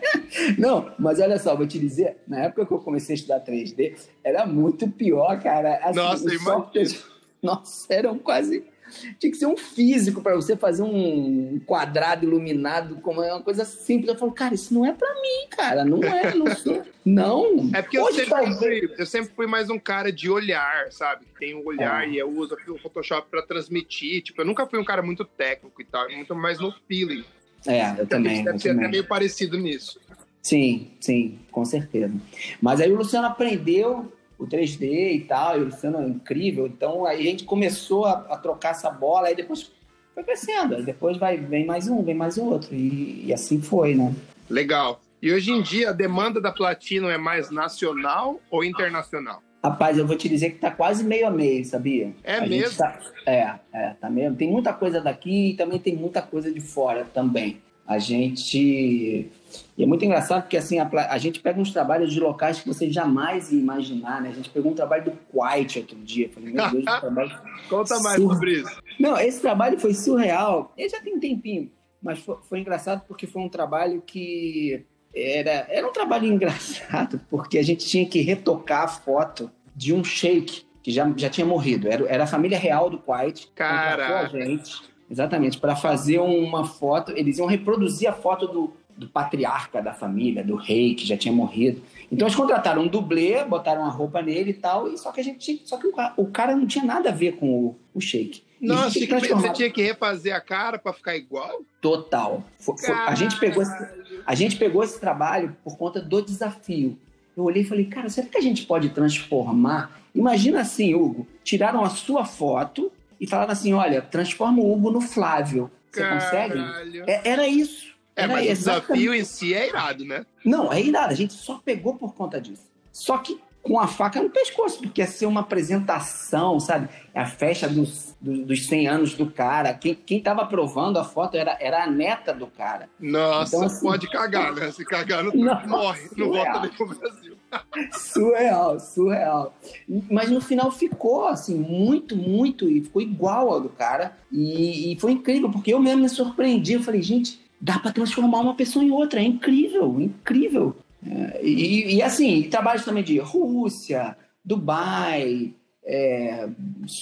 Não, mas olha só, vou te dizer, na época que eu comecei a estudar três D, era muito pior, cara. Assim, nossa, softwares, nossa, eram quase... Tinha que ser um físico para você fazer um quadrado iluminado, como é uma coisa simples. Eu falo, cara, isso não é para mim, cara. Não é, não sou. Não. É porque eu sempre, tá... fui, eu sempre fui mais um cara de olhar, sabe? Tem um olhar é. e eu uso aqui o Photoshop para transmitir. Tipo, eu nunca fui um cara muito técnico e tal, muito mais no feeling. É, eu então, também. Deve eu ser também. até meio parecido nisso. Sim, sim, com certeza. Mas aí o Luciano aprendeu o três D e tal, e o Luciano é incrível, então aí a gente começou a, a trocar essa bola, aí depois foi crescendo, aí depois vai, vem mais um, vem mais outro, e, e assim foi, né? Legal. E hoje em dia a demanda da Platino é mais nacional ou internacional? Rapaz, eu vou te dizer que tá quase meio a meio, sabia? É a mesmo? Tá, é, é, tá mesmo. Tem muita coisa daqui e também tem muita coisa de fora também. A gente... E é muito engraçado porque assim, a, a gente pega uns trabalhos de locais que você jamais ia imaginar, né? A gente pegou um trabalho do Kuwait outro dia. Falei, meu Deus, que trabalho... Conta mais Sur... sobre isso. Não, esse trabalho foi surreal. Ele já tem um tempinho, mas foi, foi engraçado porque foi um trabalho que... Era, era um trabalho engraçado, porque a gente tinha que retocar a foto de um sheik que já, já tinha morrido. Era, era a família real do Kuwait. Caraca. A gente, exatamente, para fazer uma foto. Eles iam reproduzir a foto do, do patriarca da família, do rei, que já tinha morrido. Então eles contrataram um dublê, botaram a roupa nele e tal, e só que, a gente, só que o, o cara não tinha nada a ver com o, o sheik. Nossa, tinha que transformar... você tinha que refazer a cara para ficar igual? Total. Foi, foi, a, gente pegou esse, a gente pegou esse trabalho por conta do desafio. Eu olhei e falei, cara, será que a gente pode transformar? Imagina assim, Hugo, tiraram a sua foto e falaram assim, olha, transforma o Hugo no Flávio. Você Caralho. consegue? É, era isso. É, era mas exatamente... o desafio em si é irado, né? Não, é irado. A gente só pegou por conta disso. Só que com a faca no pescoço, porque ia ser uma apresentação, sabe? É a festa dos, dos, dos cem anos do cara. Quem, quem tava aprovando a foto era, era a neta do cara. Nossa, então, assim, pode cagar, né? Se cagar, não, não morre, não volta nem pro Brasil. Surreal, surreal. Mas no final ficou, assim, muito, muito, e ficou igual ao do cara. E, e foi incrível, porque eu mesmo me surpreendi. Eu falei, gente, dá pra transformar uma pessoa em outra. É incrível, incrível. É, e, e assim, trabalhos também de Rússia, Dubai, é,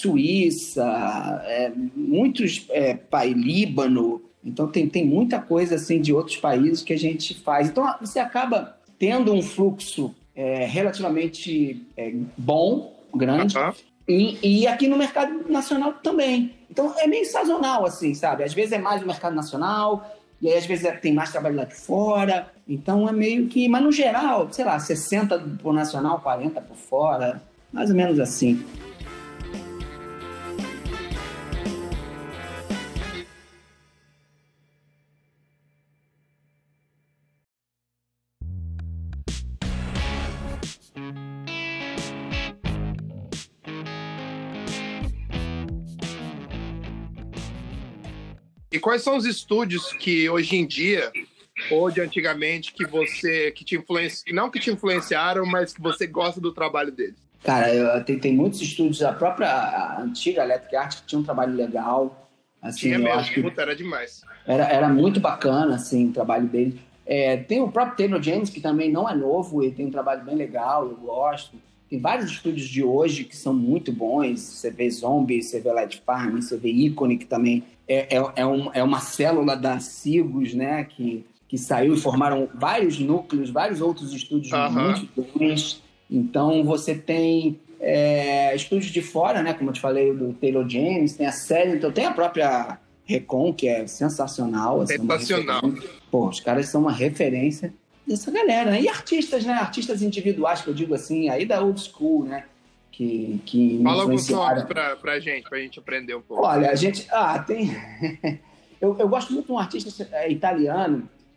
Suíça, é, muitos é, países, Líbano. Então tem, tem muita coisa assim de outros países que a gente faz. Então você acaba tendo um fluxo é, relativamente é, bom, grande, uh-huh. e, e aqui no mercado nacional também. Então é meio sazonal, assim, sabe? Às vezes é mais no mercado nacional, e aí às vezes tem mais trabalho lá de fora. Então é meio que... Mas no geral, sei lá, sessenta por nacional, quarenta por fora. Mais ou menos assim. E quais são os estúdios que hoje em dia, ou de antigamente, que você, que te influenciaram, não que te influenciaram, mas que você gosta do trabalho deles? Cara, eu, tem, tem muitos estúdios, a própria a antiga Electric Art que tinha um trabalho legal. Assim, tinha mesmo, acho que puta, era demais. Era, era muito bacana, assim, o trabalho dele. É, tem o próprio Taylor James, que também não é novo, e tem um trabalho bem legal, eu gosto. Tem vários estúdios de hoje que são muito bons. Você vê Zombie, você vê Light Farm, você vê Icone, que também é, é, é, um, é uma célula da Sigos, né? Que, que saiu e formaram vários núcleos, vários outros estúdios uh-huh. muito bons. Então, você tem é, estúdios de fora, né? Como eu te falei, do Taylor James, tem a série, então tem a própria Recon, que é sensacional. Sensacional. Assim, pô, os caras são uma referência dessa galera, né? E artistas, né? Artistas individuais, que eu digo assim, aí da old school, né? Que, que Fala alguns nomes pra, pra gente, pra gente aprender um pouco. Olha, a gente... Ah, tem... eu, eu gosto muito de um artista italiano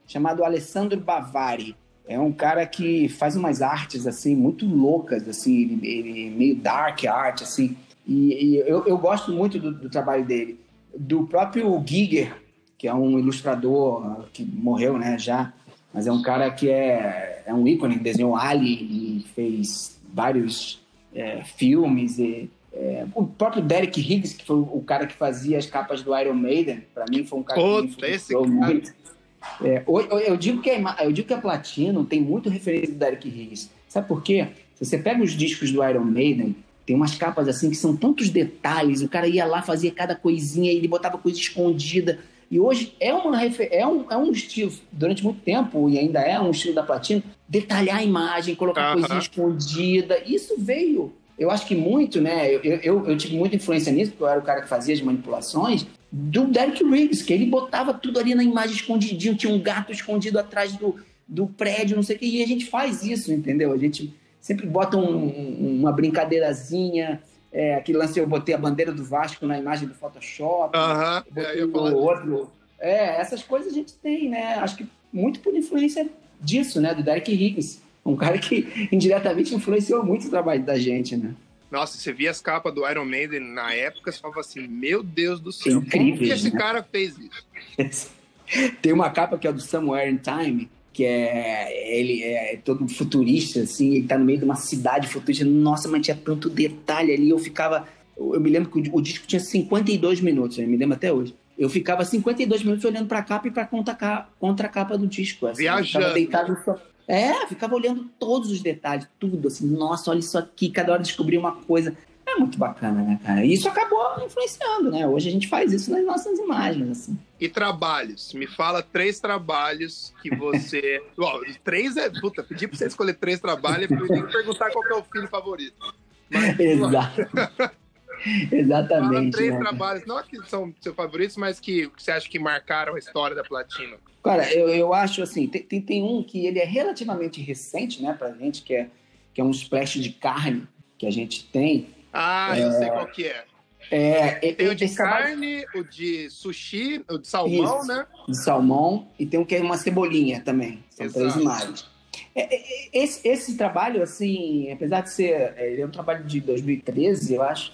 chamado Alessandro Bavari. É um cara que faz umas artes, assim, muito loucas, assim, ele, ele meio dark art, assim. E, e eu, eu gosto muito do, do trabalho dele. Do próprio Giger, que é um ilustrador que morreu, né, já. Mas é um cara que é, é um ícone, desenhou Ali e fez vários é, filmes. E, é, o próprio Derek Higgs, que foi o cara que fazia as capas do Iron Maiden, para mim foi um cara Puta, que me influenciou muito. É, eu, digo que a, eu digo que a Platinum tem muito referência do Derek Higgs. Sabe por quê? Se você pega os discos do Iron Maiden, tem umas capas assim que são tantos detalhes, o cara ia lá, fazia cada coisinha, ele botava coisa escondida. E hoje é, uma, é, um, é um estilo, durante muito tempo, e ainda é um estilo da Platinum, detalhar a imagem, colocar uh-huh. coisinha escondida. Isso veio, eu acho que muito, né? Eu, eu, eu tive muita influência nisso, porque eu era o cara que fazia as manipulações, do Derek Riggs, que ele botava tudo ali na imagem escondidinho, tinha um gato escondido atrás do, do prédio, não sei o que, e a gente faz isso, entendeu? A gente sempre bota um, uma brincadeirazinha. É, aquele lance, eu botei a bandeira do Vasco na imagem do Photoshop. Aham, uh-huh. é, o outro. É, essas coisas a gente tem, né? Acho que muito por influência disso, né? Do Derek Higgs. Um cara que indiretamente influenciou muito o trabalho da gente, né? Nossa, você via as capas do Iron Maiden na época, você falava assim, meu Deus do céu, incrível, como que esse né? cara fez isso? Tem uma capa que é do Somewhere in Time, que é, ele é todo futurista, assim, ele tá no meio de uma cidade futurista. Nossa, mas tinha tanto detalhe ali, eu ficava... Eu me lembro que o, o disco tinha cinquenta e dois minutos, eu me lembro até hoje. Eu ficava cinquenta e dois minutos olhando pra capa e pra contra a capa do disco. Assim, viajando. Eu ficava deitado no sofá. É, ficava olhando todos os detalhes, tudo, assim, nossa, olha isso aqui, cada hora descobria uma coisa. É muito bacana, né, cara? E isso acabou influenciando, né? Hoje a gente faz isso nas nossas imagens, assim. E trabalhos? Me fala três trabalhos que você... Bom, três é... Puta, pedi pra você escolher três trabalhos, eu tenho que perguntar qual que é o filho favorito. Mas, exato. Exatamente. Fala três né? trabalhos, não que são seus favoritos, mas que você acha que marcaram a história da Platinum. Cara, eu, eu acho assim, tem, tem, tem um que ele é relativamente recente, né, pra gente, que é, que é um splash de carne que a gente tem. Ah, é, eu sei qual que é. É, tem o de carne, trabalho... o de sushi, o de salmão, Isso, né? De salmão, e tem um que é uma cebolinha também. São Exato. Três imagens. É, é, esse, esse trabalho, assim, apesar de ser... Ele é um trabalho de dois mil e treze, eu acho.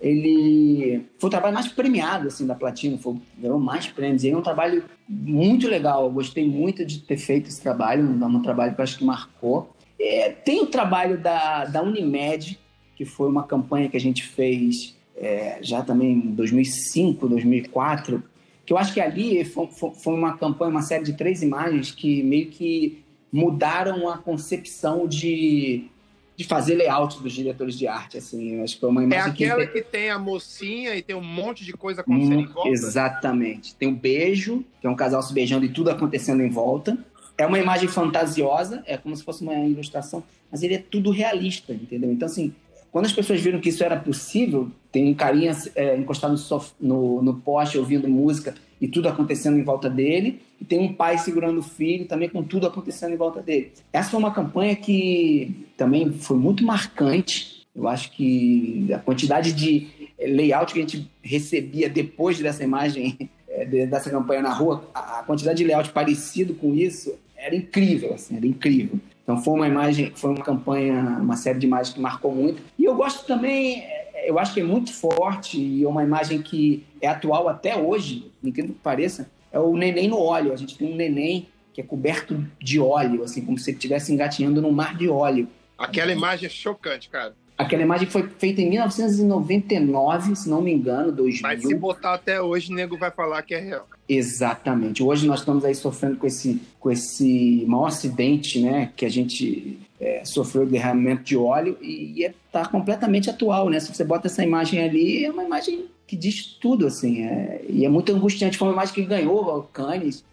Ele foi o trabalho mais premiado, assim, da Platinum. Foi, ganhou mais prêmios. E é um trabalho muito legal. Eu gostei muito de ter feito esse trabalho. Um, um trabalho que eu acho que marcou. É, tem o trabalho da, da Unimed, que foi uma campanha que a gente fez é, já também em dois mil e cinco, dois mil e quatro, que eu acho que ali foi, foi uma campanha, uma série de três imagens que meio que mudaram a concepção de, de fazer layout dos diretores de arte, assim. Eu acho que foi uma imagem é aquela que... que tem a mocinha e tem um monte de coisa acontecendo hum, em volta? Exatamente. Tem o beijo, que é um casal se beijando e tudo acontecendo em volta. É uma imagem fantasiosa, é como se fosse uma ilustração, mas ele é tudo realista, entendeu? Então, assim, quando as pessoas viram que isso era possível, tem um carinha é, encostado no, sof- no, no poste, ouvindo música e tudo acontecendo em volta dele, e tem um pai segurando o filho também com tudo acontecendo em volta dele. Essa foi uma campanha que também foi muito marcante. Eu acho que a quantidade de layout que a gente recebia depois dessa imagem, é, dessa campanha na rua, a quantidade de layout parecido com isso era incrível, assim, era incrível. Então foi uma imagem, foi uma campanha, uma série de imagens que marcou muito. E eu gosto também, eu acho que é muito forte e é uma imagem que é atual até hoje, incrível que pareça, é o neném no óleo. A gente tem um neném que é coberto de óleo, assim, como se ele estivesse engatinhando num mar de óleo. Aquela imagem é chocante, cara. Aquela imagem foi feita em mil novecentos e noventa e nove, se não me engano, dois mil. Mas se botar até hoje, o nego vai falar que é real. Exatamente. Hoje nós estamos aí sofrendo com esse, com esse maior acidente, né, que a gente é, sofreu derramamento de óleo e está completamente atual, né? Se você bota essa imagem ali, é uma imagem que diz tudo, assim. É, e é muito angustiante. Foi uma imagem que ganhou o Cannes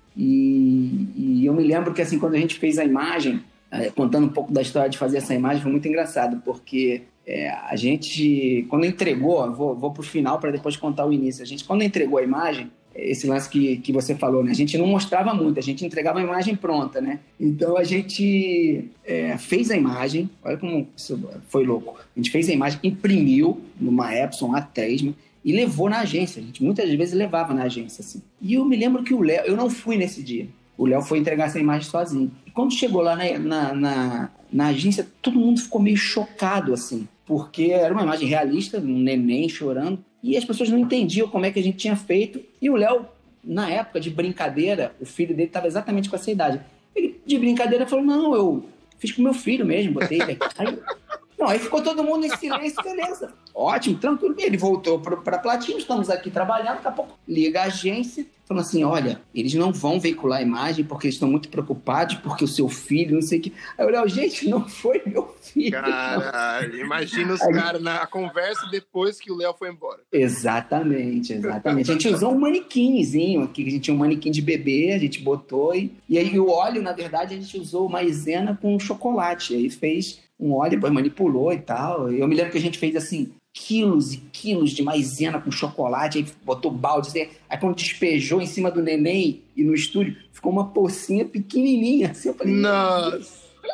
e, e eu me lembro que, assim, quando a gente fez a imagem, é, contando um pouco da história de fazer essa imagem, foi muito engraçado, porque é, a gente, quando entregou, vou, vou pro final para depois contar o início, a gente, quando entregou a imagem, esse lance que, que você falou, né? A gente não mostrava muito, a gente entregava a imagem pronta, né? Então a gente é, fez a imagem, olha como isso foi louco, a gente fez a imagem, imprimiu numa Epson A três e levou na agência, a gente muitas vezes levava na agência, assim. E eu me lembro que o Léo, eu não fui nesse dia, o Léo foi entregar essa imagem sozinho. E quando chegou lá na, na, na, na agência, todo mundo ficou meio chocado, assim, porque era uma imagem realista, um neném chorando, e as pessoas não entendiam como é que a gente tinha feito. E o Léo, na época de brincadeira, o filho dele estava exatamente com essa idade. Ele, de brincadeira, falou, não, eu fiz com meu filho mesmo, botei ele aqui. Aí, não, aí ficou todo mundo em silêncio, beleza. Ótimo, tranquilo. Ele voltou para a Platina, estamos aqui trabalhando, daqui a pouco liga a agência, falando assim, olha, eles não vão veicular a imagem porque eles estão muito preocupados, porque o seu filho, não sei o que. Aí eu olhei, gente, não foi meu filho. Caralho, imagina os caras na conversa depois que o Léo foi embora. Exatamente, exatamente. A gente usou um manequinzinho aqui, a gente tinha um manequim de bebê, a gente botou, e, e aí o óleo, na verdade, a gente usou maisena com chocolate, aí fez um óleo, depois manipulou e tal. Eu me lembro que a gente fez assim, quilos e quilos de maisena com chocolate, aí botou balde, assim, aí quando despejou em cima do neném e no estúdio, ficou uma pocinha pequenininha, assim, eu falei, nossa!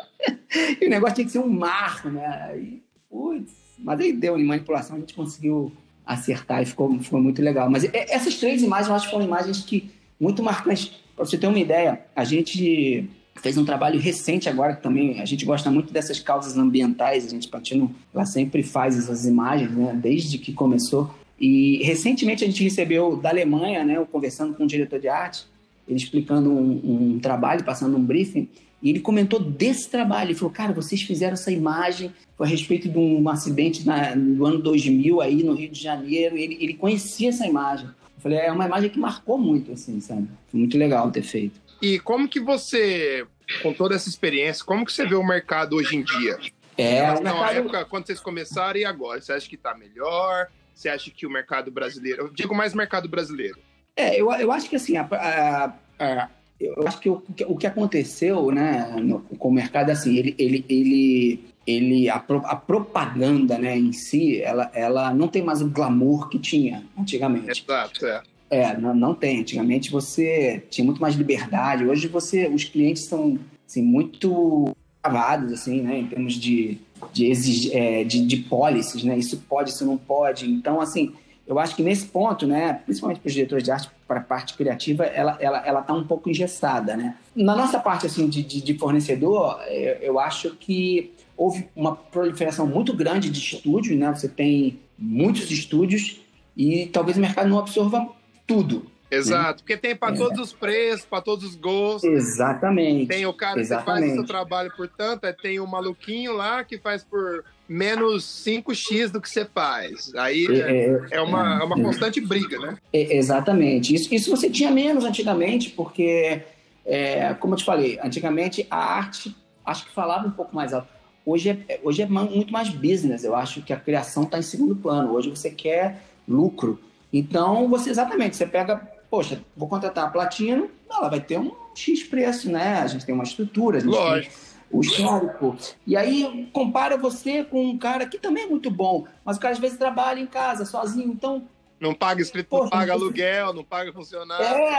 E o negócio tinha que ser um mar, né? Aí, putz, mas aí deu, em manipulação a gente conseguiu acertar e ficou, ficou muito legal. Mas essas três imagens, eu acho que foram imagens que, muito marcantes. Para você ter uma ideia, a gente fez um trabalho recente agora, que também a gente gosta muito dessas causas ambientais, a gente Platino, ela sempre faz essas imagens, né, desde que começou. E recentemente a gente recebeu da Alemanha, né, eu conversando com o diretor de arte, ele explicando um, um trabalho, passando um briefing, e ele comentou desse trabalho, ele falou, cara, vocês fizeram essa imagem, foi a respeito de um acidente na, no ano dois mil aí no Rio de Janeiro, ele, ele conhecia essa imagem. Eu falei, é uma imagem que marcou muito, assim, sabe? Foi muito legal ter feito. E como que você, com toda essa experiência, como que você vê o mercado hoje em dia? É, Mas, o na mercado... época, quando vocês começaram e agora? Você acha que está melhor? Você acha que o mercado brasileiro... Eu digo mais mercado brasileiro. É, eu, eu acho que assim, a, a, a, eu acho que o, o que aconteceu, né, no, com o mercado, assim, ele, ele, ele, ele a, a propaganda, né, em si, ela, ela não tem mais o glamour que tinha antigamente. Exato, é. É, não, não tem. Antigamente você tinha muito mais liberdade. Hoje você, os clientes são assim, muito travados, assim, né, em termos de, de, exig, é, de, de policies, né? Isso pode, isso não pode. Então, assim, eu acho que nesse ponto, né, principalmente para os diretores de arte, para a parte criativa, ela ela ela está um pouco engessada, né? Na nossa parte assim de, de, de fornecedor, eu, eu acho que houve uma proliferação muito grande de estúdios, né? Você tem muitos estúdios e talvez o mercado não absorva tudo. Exato, né? porque tem para é. todos os preços, para todos os gostos. Exatamente. Tem o cara Exatamente. que faz o seu trabalho por tanto, tem o maluquinho lá que faz por menos cinco x do que você faz. Aí é, é, é, uma, é uma constante briga, né? É, exatamente. Isso, isso você tinha menos antigamente, porque, é, como eu te falei, antigamente a arte, acho que falava um pouco mais alto. Hoje é, hoje é muito mais business. Eu acho que a criação está em segundo plano. Hoje você quer lucro. Então, você exatamente, você pega, poxa, vou contratar a Platino, ela vai ter um X preço, né? A gente tem uma estrutura, a gente Lógico. tem o histórico. E aí, compara você com um cara que também é muito bom, mas o cara às vezes trabalha em casa, sozinho, então... Não paga escrito, não paga aluguel, não paga funcionário.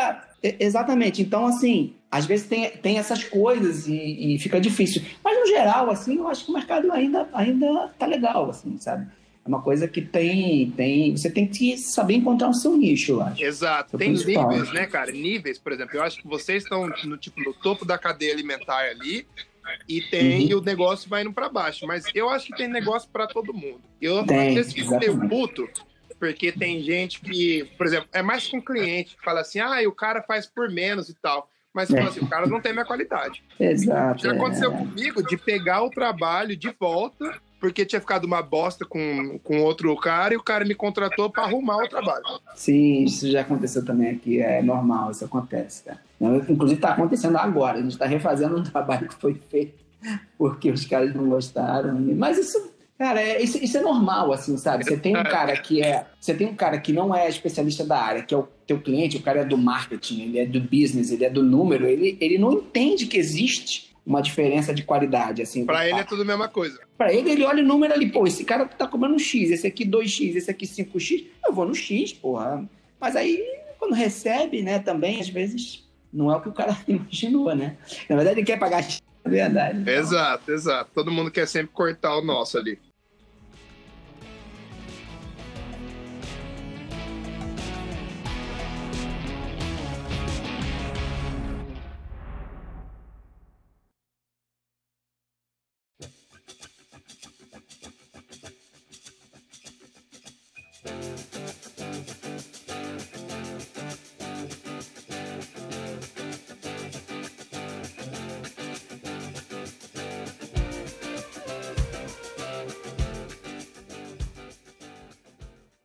É, exatamente. Então, assim, às vezes tem, tem essas coisas e, e fica difícil. Mas, no geral, assim, eu acho que o mercado ainda, ainda tá legal, assim, sabe? É uma coisa que tem, tem... Você tem que saber encontrar o seu nicho, eu acho. Exato. Tem níveis, né, cara? Níveis, por exemplo. Eu acho que vocês estão no, tipo, no topo da cadeia alimentar ali e tem uhum. o negócio vai indo pra baixo. Mas eu acho que tem negócio pra todo mundo. Eu tem, às vezes fico puto, porque tem gente que, por exemplo, é mais com cliente que fala assim, ah, e o cara faz por menos e tal. Mas é. assim, o cara não tem minha qualidade. Exato. Já aconteceu é. comigo de pegar o trabalho de volta, porque tinha ficado uma bosta com, com outro cara e o cara me contratou para arrumar o trabalho. Sim, isso já aconteceu também aqui, é normal, isso acontece, cara. Inclusive está acontecendo agora, a gente está refazendo um trabalho que foi feito porque os caras não gostaram. Mas isso, cara, é, isso, isso é normal, assim, sabe? Você tem um cara que é, você tem um cara que não é especialista da área, que é o teu cliente, o cara é do marketing, ele é do business, ele é do número, ele, ele não entende que existe uma diferença de qualidade, assim. Pra ele é tudo a mesma coisa. Pra ele, ele olha o número ali, pô, esse cara tá cobrando X, esse aqui dois x, esse aqui cinco x, eu vou no X, porra. Mas aí, quando recebe, né, também, às vezes, não é o que o cara imaginou, né? Na verdade, ele quer pagar X, é verdade. Então... Exato, exato. Todo mundo quer sempre cortar o nosso ali.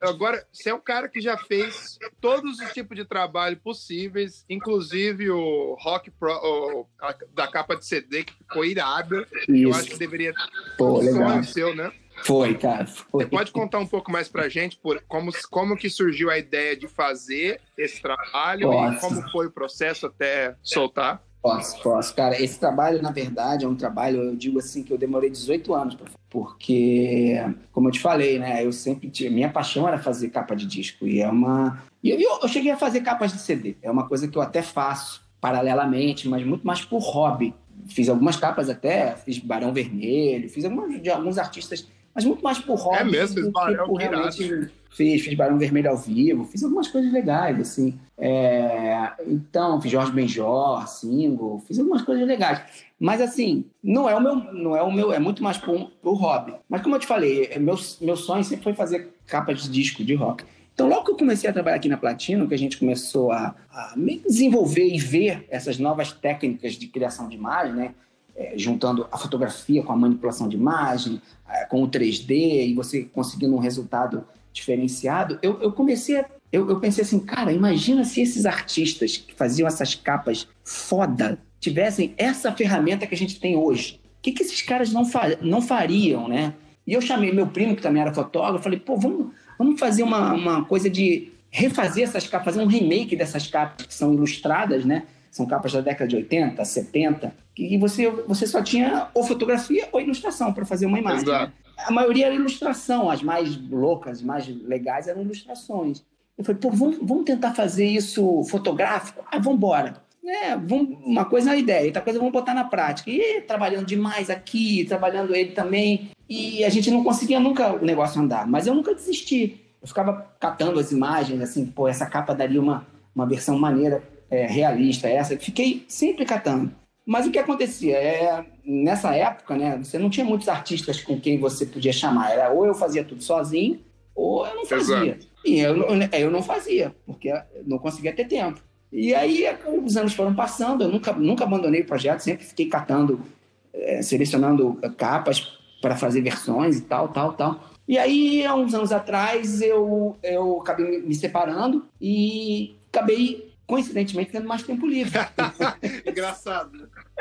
agora, você é um cara que já fez todos os tipos de trabalho possíveis, inclusive o Rock Pro, o, a, da capa de C D, que ficou irada. Isso. Eu acho que deveria... Pô, um legal. sonho seu, né? Foi, cara. Foi. Você pode contar um pouco mais pra gente por como, como que surgiu a ideia de fazer esse trabalho Posso. e como foi o processo até soltar? Posso, posso. Cara, esse trabalho, na verdade, é um trabalho, eu digo assim, que eu demorei dezoito anos pra fazer. Porque, como eu te falei, né, eu sempre tinha... Minha paixão era fazer capa de disco. E é uma... E eu, eu cheguei a fazer capas de C D. É uma coisa que eu até faço paralelamente, mas muito mais por hobby. Fiz algumas capas até, fiz Barão Vermelho, fiz algumas, de alguns artistas... Mas muito mais por hobby. É mesmo, fiz Barão por realmente fiz, fiz Barão Vermelho ao vivo, fiz algumas coisas legais, assim. É, então, fiz Jorge Benjor, single, fiz algumas coisas legais. Mas, assim, não é o meu, não é o meu, é muito mais por, por hobby. Mas, como eu te falei, meu, meu sonho sempre foi fazer capas de disco, de rock. Então, logo que eu comecei a trabalhar aqui na Platino, que a gente começou a, a desenvolver e ver essas novas técnicas de criação de imagem, né? É, juntando a fotografia com a manipulação de imagem, é, com o três D, e você conseguindo um resultado diferenciado, eu, eu comecei a, eu, eu pensei assim, cara, imagina se esses artistas que faziam essas capas foda tivessem essa ferramenta que a gente tem hoje. O que, que esses caras não, fa- não fariam, né? E eu chamei meu primo, que também era fotógrafo, falei, pô, vamos, vamos fazer uma, uma coisa de refazer essas capas, fazer um remake dessas capas que são ilustradas, né? São capas da década de oitenta, setenta, que você, você só tinha ou fotografia ou ilustração para fazer uma imagem. Né? A maioria era ilustração, as mais loucas, as mais legais eram ilustrações. Eu falei, pô, vamos, vamos tentar fazer isso fotográfico? Ah, vamos embora. É, vamos, uma coisa é a ideia, outra coisa vamos botar na prática. E trabalhando demais aqui, trabalhando ele também, e a gente não conseguia nunca o negócio andar, mas eu nunca desisti. Eu ficava catando as imagens, assim, pô, essa capa daria uma, uma versão maneira, É, realista, essa, fiquei sempre catando. Mas o que acontecia? É, nessa época, né, você não tinha muitos artistas com quem você podia chamar. Era ou eu fazia tudo sozinho, ou eu não fazia. Exato. E eu, eu não fazia, porque eu não conseguia ter tempo. E aí, os anos foram passando, eu nunca, nunca abandonei o projeto, sempre fiquei catando, é, selecionando capas para fazer versões e tal, tal, tal. E aí, há uns anos atrás, eu, eu acabei me separando e acabei... coincidentemente, tendo mais tempo livre. Engraçado.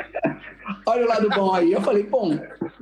Olha o lado bom aí. Eu falei, bom,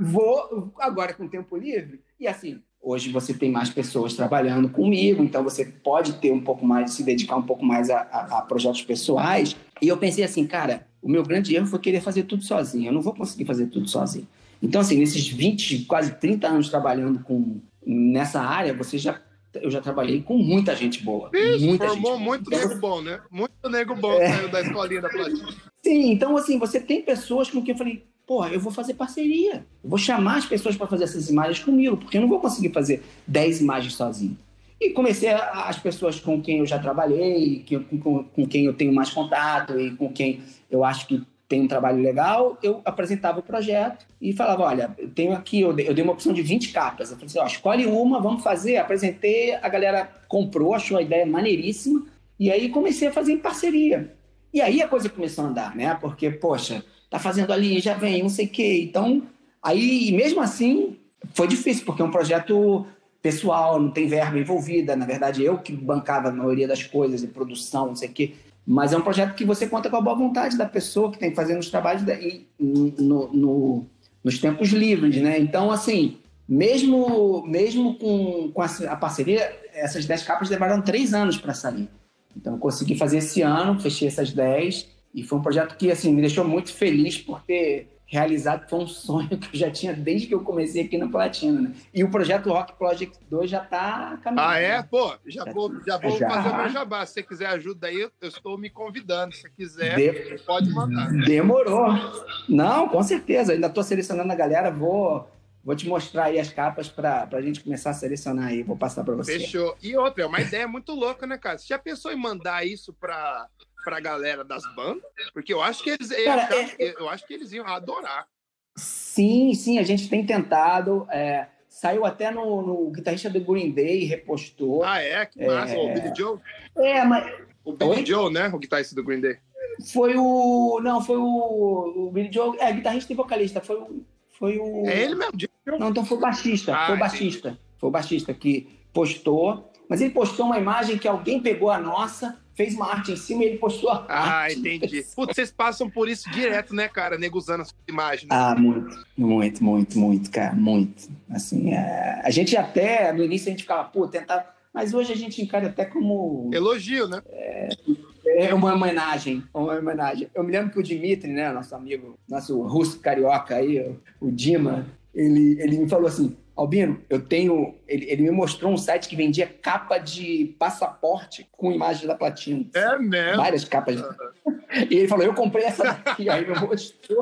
vou agora com tempo livre. E assim, hoje você tem mais pessoas trabalhando comigo, então você pode ter um pouco mais, se dedicar um pouco mais a, a, a projetos pessoais. E eu pensei assim, cara, o meu grande erro foi querer fazer tudo sozinho. Eu não vou conseguir fazer tudo sozinho. Então, assim, nesses vinte, quase trinta anos trabalhando com, nessa área, você já... Eu já trabalhei com muita gente boa. Isso, muita formou gente muito boa. nego bom, né? Muito nego bom é. Saiu da escolinha da Platino. Sim, então assim, você tem pessoas com quem eu falei, porra, eu vou fazer parceria. Eu vou chamar as pessoas para fazer essas imagens comigo, porque eu não vou conseguir fazer dez imagens sozinho. E comecei a, as pessoas com quem eu já trabalhei, que, com, com quem eu tenho mais contato e com quem eu acho que tem um trabalho legal, eu apresentava o projeto e falava, olha, eu tenho aqui, eu dei, eu dei uma opção de vinte capas. Eu falei assim, ó, escolhe uma, vamos fazer. Apresentei, a galera comprou, achou a ideia maneiríssima, e aí comecei a fazer em parceria. E aí a coisa começou a andar, né? Porque, poxa, tá fazendo ali, já vem, não sei o quê. Então, aí, mesmo assim, foi difícil, porque é um projeto pessoal, não tem verba envolvida. Na verdade, eu que bancava a maioria das coisas, de produção, não sei o quê. Mas é um projeto que você conta com a boa vontade da pessoa que tem que fazer os trabalhos daí, no, no, nos tempos livres, né? Então, assim, mesmo, mesmo com, com a, a parceria, essas dez capas levaram três anos para sair. Então, eu consegui fazer esse ano, fechei essas dez, e foi um projeto que, assim, me deixou muito feliz por ter realizado, foi um sonho que eu já tinha desde que eu comecei aqui na Platina, né? E o projeto Rock Project dois já está caminhando. Ah, é? Né? Pô, já vou, já vou já. fazer o meu jabá. Se você quiser ajuda aí, eu estou me convidando. Se você quiser, De... pode mandar. Demorou. Não, com certeza. Ainda estou selecionando a galera, vou... Vou te mostrar aí as capas para a gente começar a selecionar aí. Vou passar para você. Fechou. E outra, é uma ideia muito louca, né, cara? Você já pensou em mandar isso para a galera das bandas? Porque eu acho que eles, cara, eu, é... eu acho que eles iam adorar. Sim, sim, a gente tem tentado. É... Saiu até no, no guitarrista do Green Day, repostou. Ah, é? Que massa. É... O Billy Joe? É, mas... O Billy Oi? Joe, né? O guitarrista do Green Day. Foi o... Não, foi o... O Billy Joe... É, guitarrista e vocalista. Foi o... Foi o... É ele mesmo? Não, então foi o baixista. Ah, foi o baixista. Entendi. Foi o baixista que postou. mas ele postou uma imagem que alguém pegou a nossa, fez uma arte em cima e ele postou a Ah, arte. entendi. Putz, vocês passam por isso direto, né, cara? Nego usando a sua imagem. Né? Ah, muito, muito, muito, muito, cara, muito. Assim, é... a gente até, no início a gente ficava, pô, tentar... Mas hoje a gente encara até como... Elogio, né? É, é uma homenagem, uma homenagem. Eu me lembro que o Dimitri, né, nosso amigo, nosso russo carioca aí, o Dima, ele, ele me falou assim, Albino, eu tenho... Ele, ele me mostrou um site que vendia capa de passaporte com imagem da Platino. É mesmo? Várias capas. De... E ele falou, eu comprei essa daqui. Aí me mostrou...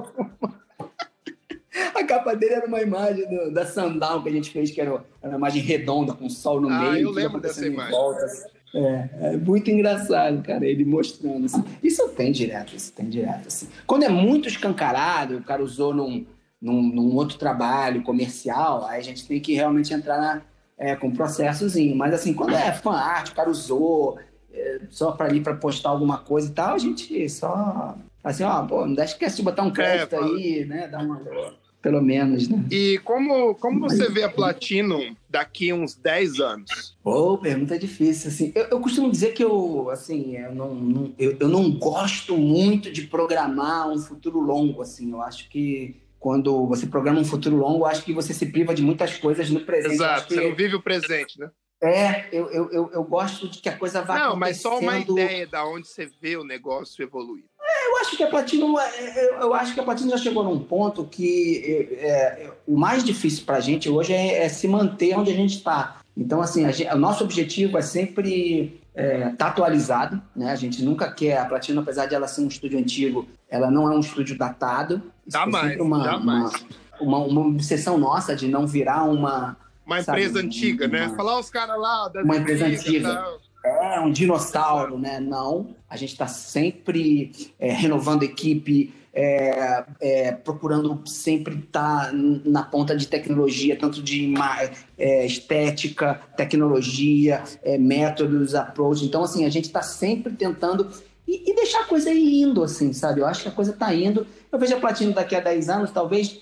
A capa dele era uma imagem do, da Sundown que a gente fez, que era uma imagem redonda, com o sol no ah, meio. Ah, eu lembro dessa imagem. Volta. É, é muito engraçado, cara, ele mostrando. Assim. Isso tem direto, isso tem direto. Assim. Quando é muito escancarado, o cara usou num, num, num outro trabalho comercial, aí a gente tem que realmente entrar na, é, com um processozinho. Mas assim, quando é fan art, o cara usou é, só para ali, para postar alguma coisa e tal, a gente só... Assim, ó, pô, não esquece de botar um crédito é, aí, né, dar uma... Pelo menos, né? E como, como você vê a Platinum daqui uns dez anos? Pô, pergunta difícil, assim. Eu, eu costumo dizer que eu, assim, eu não, não, eu, eu não gosto muito de programar um futuro longo, assim. Eu acho que quando você programa um futuro longo, eu acho que você se priva de muitas coisas no presente. Exato, que... você não vive o presente, né? É, eu, eu, eu, eu gosto de que a coisa vá não, acontecendo... Não, mas só uma ideia de onde você vê o negócio evoluir. É, eu acho que a Platinum, eu, eu acho que a Platinum já chegou num ponto que é, é, o mais difícil para a gente hoje é, é se manter onde a gente está. Então, assim, a gente, o nosso objetivo é sempre estar é, tá atualizado, né? A gente nunca quer, a Platinum, apesar de ela ser um estúdio antigo, ela não é um estúdio datado. Isso jamais, uma, jamais. Uma, uma, uma obsessão nossa de não virar uma... Uma empresa sabe, antiga, uma, né? Falar os caras lá das uma empresa antiga. Tal. É, um dinossauro, né? Não. A gente está sempre é, renovando a equipe, é, é, procurando sempre estar tá na ponta de tecnologia, tanto de é, estética, tecnologia, é, métodos, approach. Então, assim, a gente está sempre tentando e, e deixar a coisa ir indo, assim, sabe? Eu acho que a coisa está indo. Eu vejo a Platinum daqui a dez anos, talvez...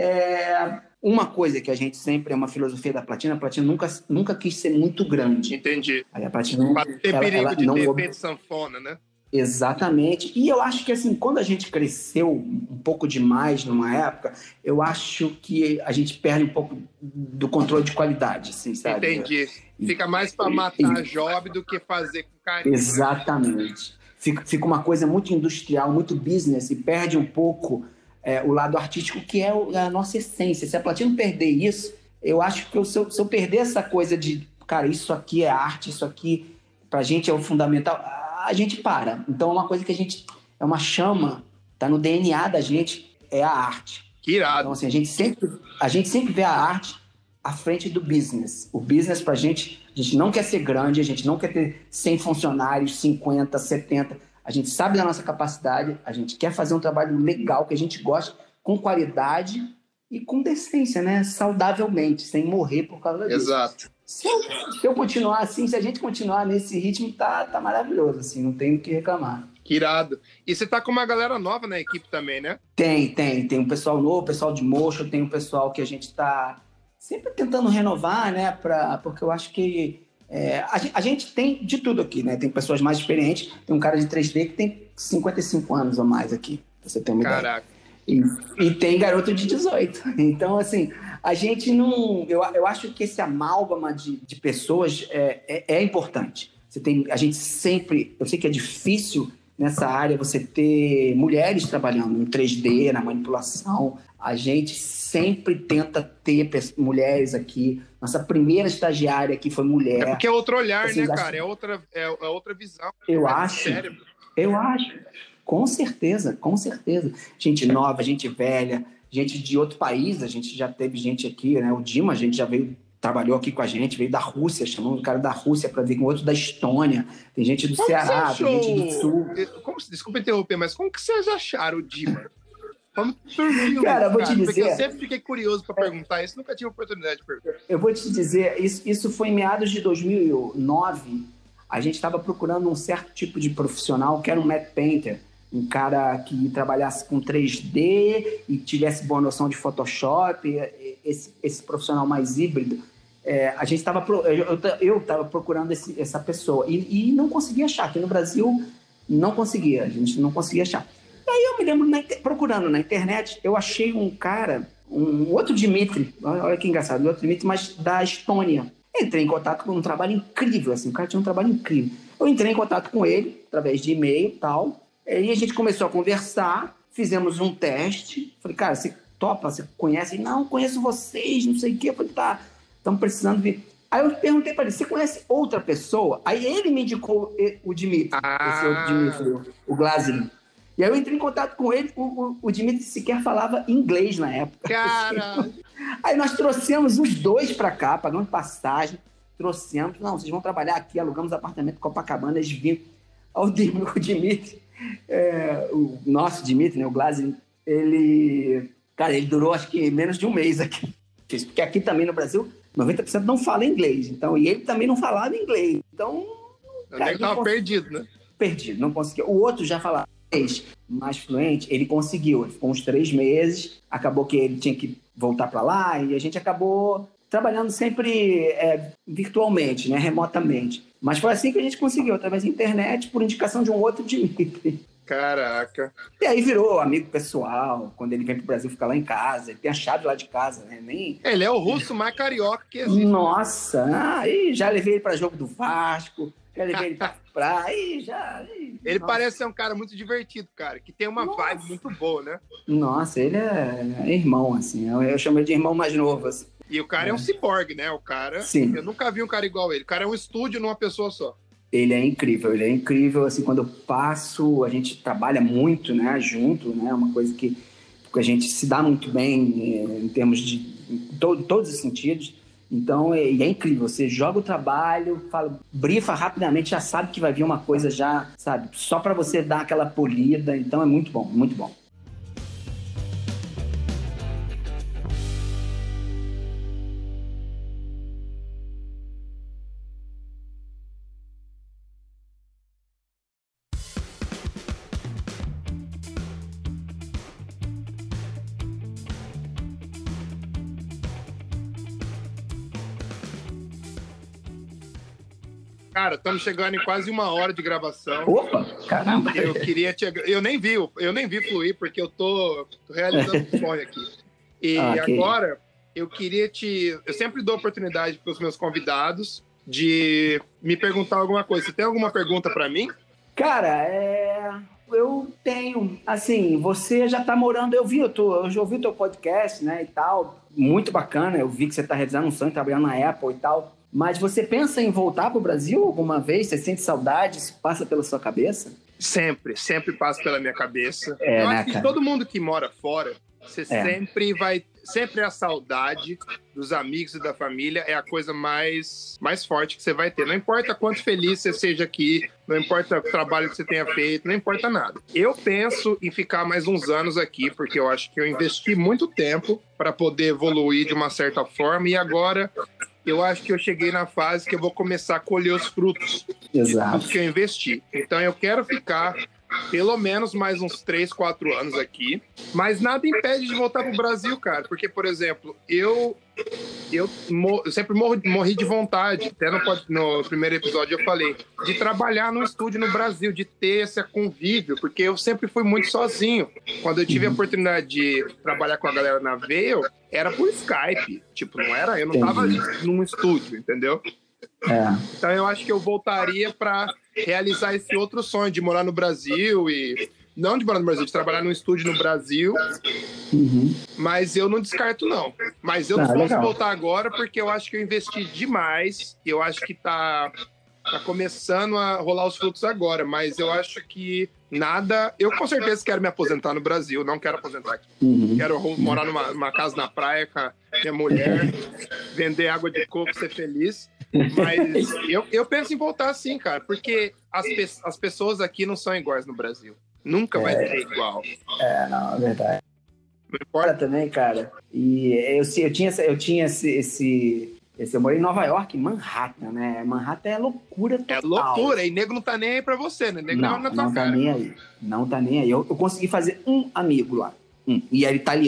É, uma coisa que a gente sempre, é uma filosofia da Platinum, a Platinum nunca, nunca quis ser muito grande. Entendi. Aí a Platinum... Para ter ela, perigo ela de não... ter feito sanfona, né? Exatamente. E eu acho que, assim, quando a gente cresceu um pouco demais numa época, eu acho que a gente perde um pouco do controle de qualidade, assim, sabe? Entendi. Fica mais para matar job do que fazer com carinho. Exatamente. Fica, fica uma coisa muito industrial, muito business, e perde um pouco... É, o lado artístico, que é a nossa essência. Se a Platinum perder isso, eu acho que eu, se, eu, se eu perder essa coisa de, cara, isso aqui é arte, isso aqui pra gente é o fundamental, a gente para. Então é uma coisa que a gente, é uma chama, tá no D N A da gente, é a arte. Que irado. Então assim, a gente sempre, a gente sempre vê a arte à frente do business. O business pra gente, a gente não quer ser grande, a gente não quer ter cem funcionários, cinquenta, setenta... A gente sabe da nossa capacidade, a gente quer fazer um trabalho legal, que a gente gosta, com qualidade e com decência, né? Saudavelmente, sem morrer por causa disso. Exato. Se eu, se eu continuar assim, se a gente continuar nesse ritmo, tá, tá maravilhoso, assim, não tem o que reclamar. Que irado. E você tá com uma galera nova na equipe também, né? Tem, tem. Tem um pessoal novo, pessoal de motion, tem um pessoal que a gente tá sempre tentando renovar, né? Pra, porque eu acho que É, a, gente, a gente tem de tudo aqui, né? Tem pessoas mais experientes, tem um cara de três D que tem cinquenta e cinco anos ou mais aqui, pra você ter uma Caraca. ideia. E, e tem garoto de dezoito. Então, assim, a gente não... Eu, eu acho que esse amálgama de, de pessoas é, é, é importante. Você tem, a gente sempre... Eu sei que é difícil nessa área você ter mulheres trabalhando no três D, na manipulação. A gente sempre tenta ter mulheres aqui. Nossa primeira estagiária aqui foi mulher. É porque é outro olhar, Vocês né, acham... cara? É outra, é, é outra visão. Eu é acho. Cérebro. Eu acho. Com certeza, com certeza. Gente nova, gente velha, gente de outro país. A gente já teve gente aqui, né? O Dima, a gente já veio, trabalhou aqui com a gente, veio da Rússia, chamamos o cara da Rússia para vir com outro da Estônia. Tem gente do como Ceará, achou... tem gente do Sul. Como... Desculpa interromper, mas como que vocês acharam o Dima? Como surgiu, cara, eu vou cara? te dizer... Porque eu sempre fiquei curioso para perguntar isso, nunca tive oportunidade de perguntar. Eu vou te dizer, isso, isso foi em meados de dois mil e nove, a gente estava procurando um certo tipo de profissional, que era um matte painter, um cara que trabalhasse com três D e tivesse boa noção de Photoshop, esse, esse profissional mais híbrido. é, a gente estava... Eu estava procurando esse, essa pessoa e, e não conseguia achar. Aqui no Brasil, não conseguia. A gente não conseguia achar. E aí eu me lembro, na, procurando na internet, eu achei um cara, um outro Dimitri, olha que engraçado, outro Dimitri, mas da Estônia. Entrei em contato com um trabalho incrível, assim, o cara tinha um trabalho incrível. Eu entrei em contato com ele, através de e-mail e tal, e a gente começou a conversar, fizemos um teste. Falei, cara, você topa, você conhece? Não, conheço vocês, não sei o quê. Eu falei, tá, estamos precisando vir. Aí eu perguntei para ele, você conhece outra pessoa? Aí ele me indicou o Dimitri, ah. esse outro Dimitri, o Glasling. E aí eu entrei em contato com ele, o, o, o Dimitri sequer falava inglês na época. Cara! Aí nós trouxemos os dois para cá, pagamos passagem, trouxemos, não, vocês vão trabalhar aqui, alugamos apartamento em Copacabana, eles vinham. O Dimitri, é, o nosso Dimitri, né, o Glasling, ele, cara, ele durou acho que menos de um mês aqui, porque aqui também no Brasil, noventa por cento não fala inglês, então, e ele também não falava inglês, então... Cara, ele estava perdido, né? Perdido, não conseguia. O outro já falava mais fluente, ele conseguiu, ele ficou uns três meses, acabou que ele tinha que voltar para lá e a gente acabou trabalhando sempre é, virtualmente, né, remotamente. Mas foi assim que a gente conseguiu, através da internet, por indicação de um outro Dimitri. Caraca! E aí virou amigo pessoal, quando ele vem pro Brasil ficar lá em casa, ele tem a chave lá de casa, né? Nem... Ele é o russo mais carioca que existe. Nossa, aí já levei ele para jogo do Vasco, já levei ele pra praia, aí já... Aí, ele nossa. Parece ser um cara muito divertido, cara, que tem uma nossa. vibe muito boa, né? Nossa, ele é, é irmão, assim, eu, eu chamo ele de irmão mais novo, assim. E o cara é, é um ciborgue, né? O cara... Sim. Eu nunca vi um cara igual ele. O cara é um estúdio numa pessoa só. Ele é incrível, ele é incrível, assim, quando eu passo, a gente trabalha muito, né, junto, né, uma coisa que, que a gente se dá muito bem em termos de em to, todos os sentidos, então é, é incrível, você joga o trabalho, fala, brifa rapidamente, já sabe que vai vir uma coisa já, sabe, só para você dar aquela polida, então é muito bom, muito bom. Cara, estamos chegando em quase uma hora de gravação. Opa, caramba! Eu queria te... Eu nem vi, eu nem vi fluir, porque eu tô, tô realizando um sonho aqui. E ah, okay. agora, eu queria te... Eu sempre dou oportunidade para os meus convidados de me perguntar alguma coisa. Você tem alguma pergunta para mim? Cara, é... eu tenho. Assim, você já tá morando... Eu vi, eu, tô... eu já ouvi o teu podcast, né, e tal. Muito bacana. Eu vi que você tá realizando um sonho, trabalhando na Apple e tal. Mas você pensa em voltar para o Brasil alguma vez? Você sente saudade? Isso passa pela sua cabeça? Sempre, sempre passa pela minha cabeça. É, eu né, acho que cara? todo mundo que mora fora, você é. sempre vai... Sempre a saudade dos amigos e da família é a coisa mais, mais forte que você vai ter. Não importa quanto feliz você seja aqui, não importa o trabalho que você tenha feito, não importa nada. Eu penso em ficar mais uns anos aqui, porque eu acho que eu investi muito tempo para poder evoluir de uma certa forma e agora... eu acho que eu cheguei na fase que eu vou começar a colher os frutos Exato. de tudo que eu investi. Então eu quero ficar pelo menos mais uns três, quatro anos aqui, mas nada impede de voltar pro Brasil, cara, porque, por exemplo, eu eu, eu sempre morro, morri de vontade, até no, no primeiro episódio eu falei, de trabalhar no estúdio no Brasil, de ter esse convívio, porque eu sempre fui muito sozinho. Quando eu tive a oportunidade de trabalhar com a galera na Veio, era por Skype, tipo, não era, eu não tava num estúdio, entendeu? É. Então eu acho que eu voltaria para realizar esse outro sonho de morar no Brasil e... Não de morar no Brasil, de trabalhar num estúdio no Brasil. Uhum. Mas eu não descarto, não. Mas eu não ah, posso legal. voltar agora porque eu acho que eu investi demais. E eu acho que tá, tá começando a rolar os frutos agora. Mas eu acho que nada... Eu com certeza quero me aposentar no Brasil. Não quero aposentar aqui. Uhum. Quero morar numa, numa casa na praia com a minha mulher, vender água de coco, ser feliz. Mas eu, eu penso em voltar sim, cara. Porque as, pe as pessoas aqui não são iguais no Brasil. Nunca vai é, ser igual. É, não, é verdade. Não importa também, cara. E eu, eu tinha, eu tinha esse, esse, esse... Eu morei em Nova York, em Manhattan, né? Manhattan é loucura total. É loucura. E nego não tá nem aí pra você, né? Nego não, não, não tá nem aí. Não tá nem aí. Eu, eu consegui fazer um amigo lá. Um, e era italiano.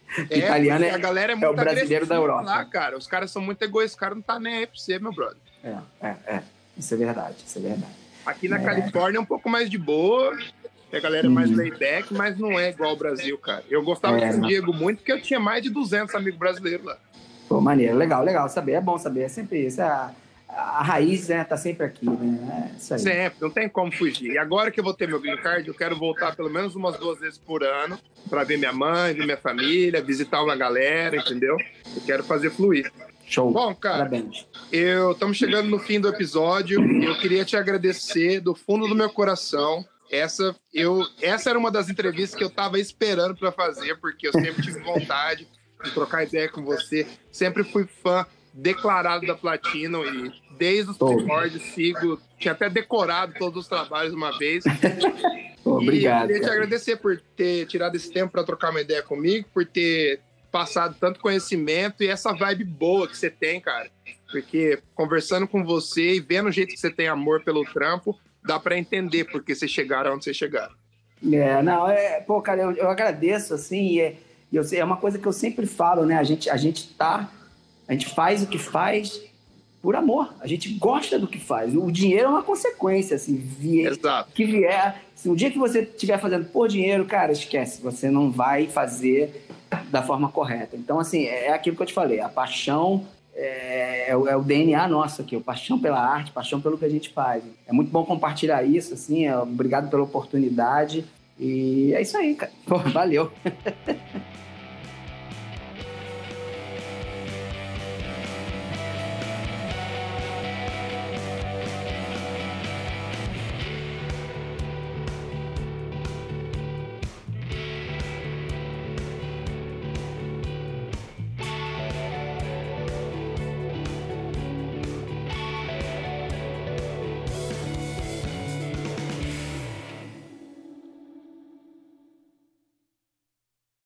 É, italiano é, a galera é, muito é o brasileiro da Europa. Lá, cara. Os caras são muito egoístas, os caras não tá nem aí pra você, meu brother. É, é, é. Isso é verdade, isso é verdade. Aqui na é. Califórnia é um pouco mais de boa, a galera é mais hum. layback, mas não é igual ao Brasil, cara. Eu gostava é, de San Diego muito, porque eu tinha mais de duzentos amigos brasileiros lá. Pô, maneiro, legal, legal saber, é bom saber, é sempre isso, é a, a raiz, né, tá sempre aqui, né, é isso aí. Sempre, não tem como fugir. E agora que eu vou ter meu green card, eu quero voltar pelo menos umas duas vezes por ano pra ver minha mãe, ver minha família, visitar uma galera, entendeu? Eu quero fazer fluir. Show. Bom, cara, parabéns. Eu estamos chegando no fim do episódio e eu queria te agradecer do fundo do meu coração. Essa, eu, essa era uma das entrevistas que eu estava esperando para fazer, porque eu sempre tive vontade de trocar ideia com você. Sempre fui fã declarado da Platinum e desde os primórdios sigo, tinha até decorado todos os trabalhos uma vez. Pô, obrigado. E eu queria cara. te agradecer por ter tirado esse tempo para trocar uma ideia comigo, por ter passado tanto conhecimento e essa vibe boa que você tem, cara. Porque conversando com você e vendo o jeito que você tem amor pelo trampo, dá pra entender porque vocês chegaram onde vocês chegaram. É, não, é... Pô, cara, eu, eu agradeço, assim, e é, eu, é uma coisa que eu sempre falo, né? A gente, a gente tá... A gente faz o que faz por amor. A gente gosta do que faz. O dinheiro é uma consequência, assim, vier, Exato. que vier... Se um dia que você estiver fazendo por dinheiro, cara, esquece. Você não vai fazer da forma correta. Então, assim, é aquilo que eu te falei. A paixão é, é, o, é o D N A nosso aqui. A paixão pela arte, paixão pelo que a gente faz. É muito bom compartilhar isso, assim. É, obrigado pela oportunidade. E é isso aí, cara. Pô, valeu.